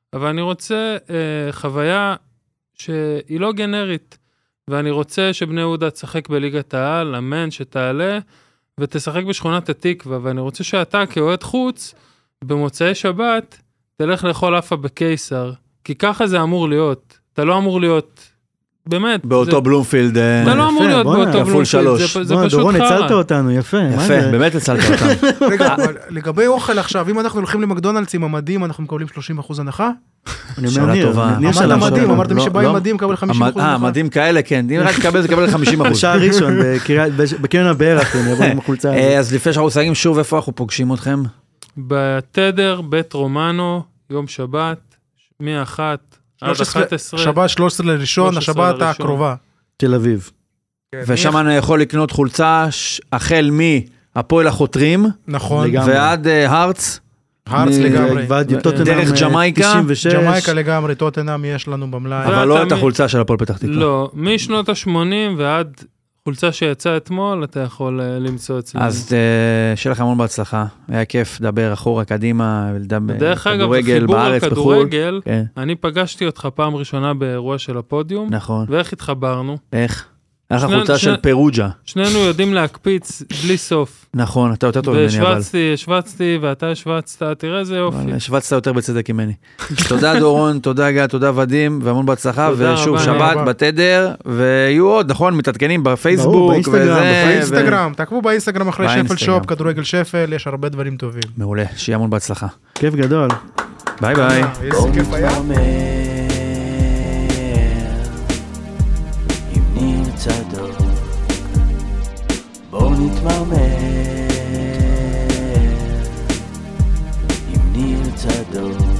E: אבל אני רוצה אה, חוויה שהיא לא גנרית, ואני רוצה שבני יהודה תשחק בליגת העל, אמן שתעלה, ותשחק בשכונת התקווה, ואני רוצה שאתה כאוהד חוץ, במוצאי שבת, תלך לאכול אפה בקיסר, כי ככה זה אמור להיות. אתה לא אמור להיות, באמת.
A: באותו
E: זה...
A: בלומפילד.
E: אתה לא אמור
B: יפה,
E: להיות
B: בוא,
E: באותו
A: כפול
E: בלומפילד,
A: שלוש.
E: זה, זה
B: בוא,
E: פשוט
B: דורון,
E: חרא.
B: הצלת אותנו, יפה. מה
A: יפה,
B: זה?
A: באמת הצלת אותם.
C: רגע, אבל לגבי אוכל עכשיו, אם אנחנו הולכים למקדונלדס עם המדים, אנחנו מקבלים שלושים אחוז הנחה?
B: אני אומר,
A: שאלה
B: ניר,
A: טובה.
B: ניר
C: אמרת
B: שאלה
C: מדים,
B: שלנו.
C: אמרת מי
A: לא,
C: שבא
A: לא.
C: עם מדים מקבל חמישים אחוז
A: אה,
C: הנחה.
A: מדים כאלה, כן. אם רק תקבל, תקבל חמישים אחוז.
B: בשער ראשון, בקריית- בש- בקניון הבאר, אחי, נבוא עם החולצה. הזאת.
A: אה, אז לפני שאנחנו מסיימים שוב, איפה אנחנו פוגשים אתכם?
E: בתדר, בית רומנו, יום שבת, מאחת עד
C: שלוש עשרה
E: אחת עשרה.
C: שבת שלוש עשרה לראשון,
E: שלוש עשרה
C: השבת
E: לראשון.
C: הקרובה.
B: תל אביב.
A: ושם אני יכול לקנות חולצה ש- החל מהפועל החותרים,
C: נכון,
B: לגמרי.
A: ועד אה, הרץ,
C: הרץ
A: מ-
C: לגמרי.
B: ועד טוטנהאם,
A: דרך
B: אה,
A: ג'מייקה?
B: תשעים ושש.
C: ג'מייקה לגמרי, טוטנהאם יש לנו במלאי.
A: אבל לא
E: ואתה
A: את
E: מ-
A: החולצה של הפועל פתח תקווה.
E: לא, משנות ה-שמונים ועד חולצה שיצאה אתמול, אתה יכול אה, למצוא אצלנו.
A: אז אה, שיהיה לכם המון בהצלחה, היה כיף לדבר אחורה קדימה, לדבר
E: דרך אגב,
A: כדורגל
E: חיבור על
A: בארץ, בחו"ל.
E: כדורגל,
A: כן,
E: אני פגשתי אותך פעם ראשונה באירוע של הפודיום,
A: נכון,
E: ואיך התחברנו?
A: איך? היה לך
E: שני-
A: חולצה
E: שני-
A: של פירוג'ה,
E: שנינו יודעים להקפיץ בלי סוף.
A: נכון, אתה יותר טוב ממני, אבל
E: והשווצתי, השווצתי, ואתה השווצת, תראה איזה יופי.
A: אבל השווצת יותר בצדק ממני. תודה דורון, תודה גל, תודה ודים, והמון בהצלחה,
E: תודה
A: ושוב
E: רבה,
A: שבת
C: רבה.
A: בתדר, ויהיו עוד, נכון, מתעדכנים בפייסבוק,
B: ברור, באינסטגרם,
A: וזה,
C: באינסטגרם, תעקבו באינסטגרם אחרי שפל
A: באינסטגרם.
C: שופ, כדורגל שפל, יש הרבה דברים טובים.
A: מעולה, שיהיה המון בהצלחה.
B: כיף גדול.
A: ביי ביי.
C: איזה
D: בואו
C: כיף היה.
D: נתמרמר עם ניר צדוק. בואו נתמרמר עם ניר צדוק.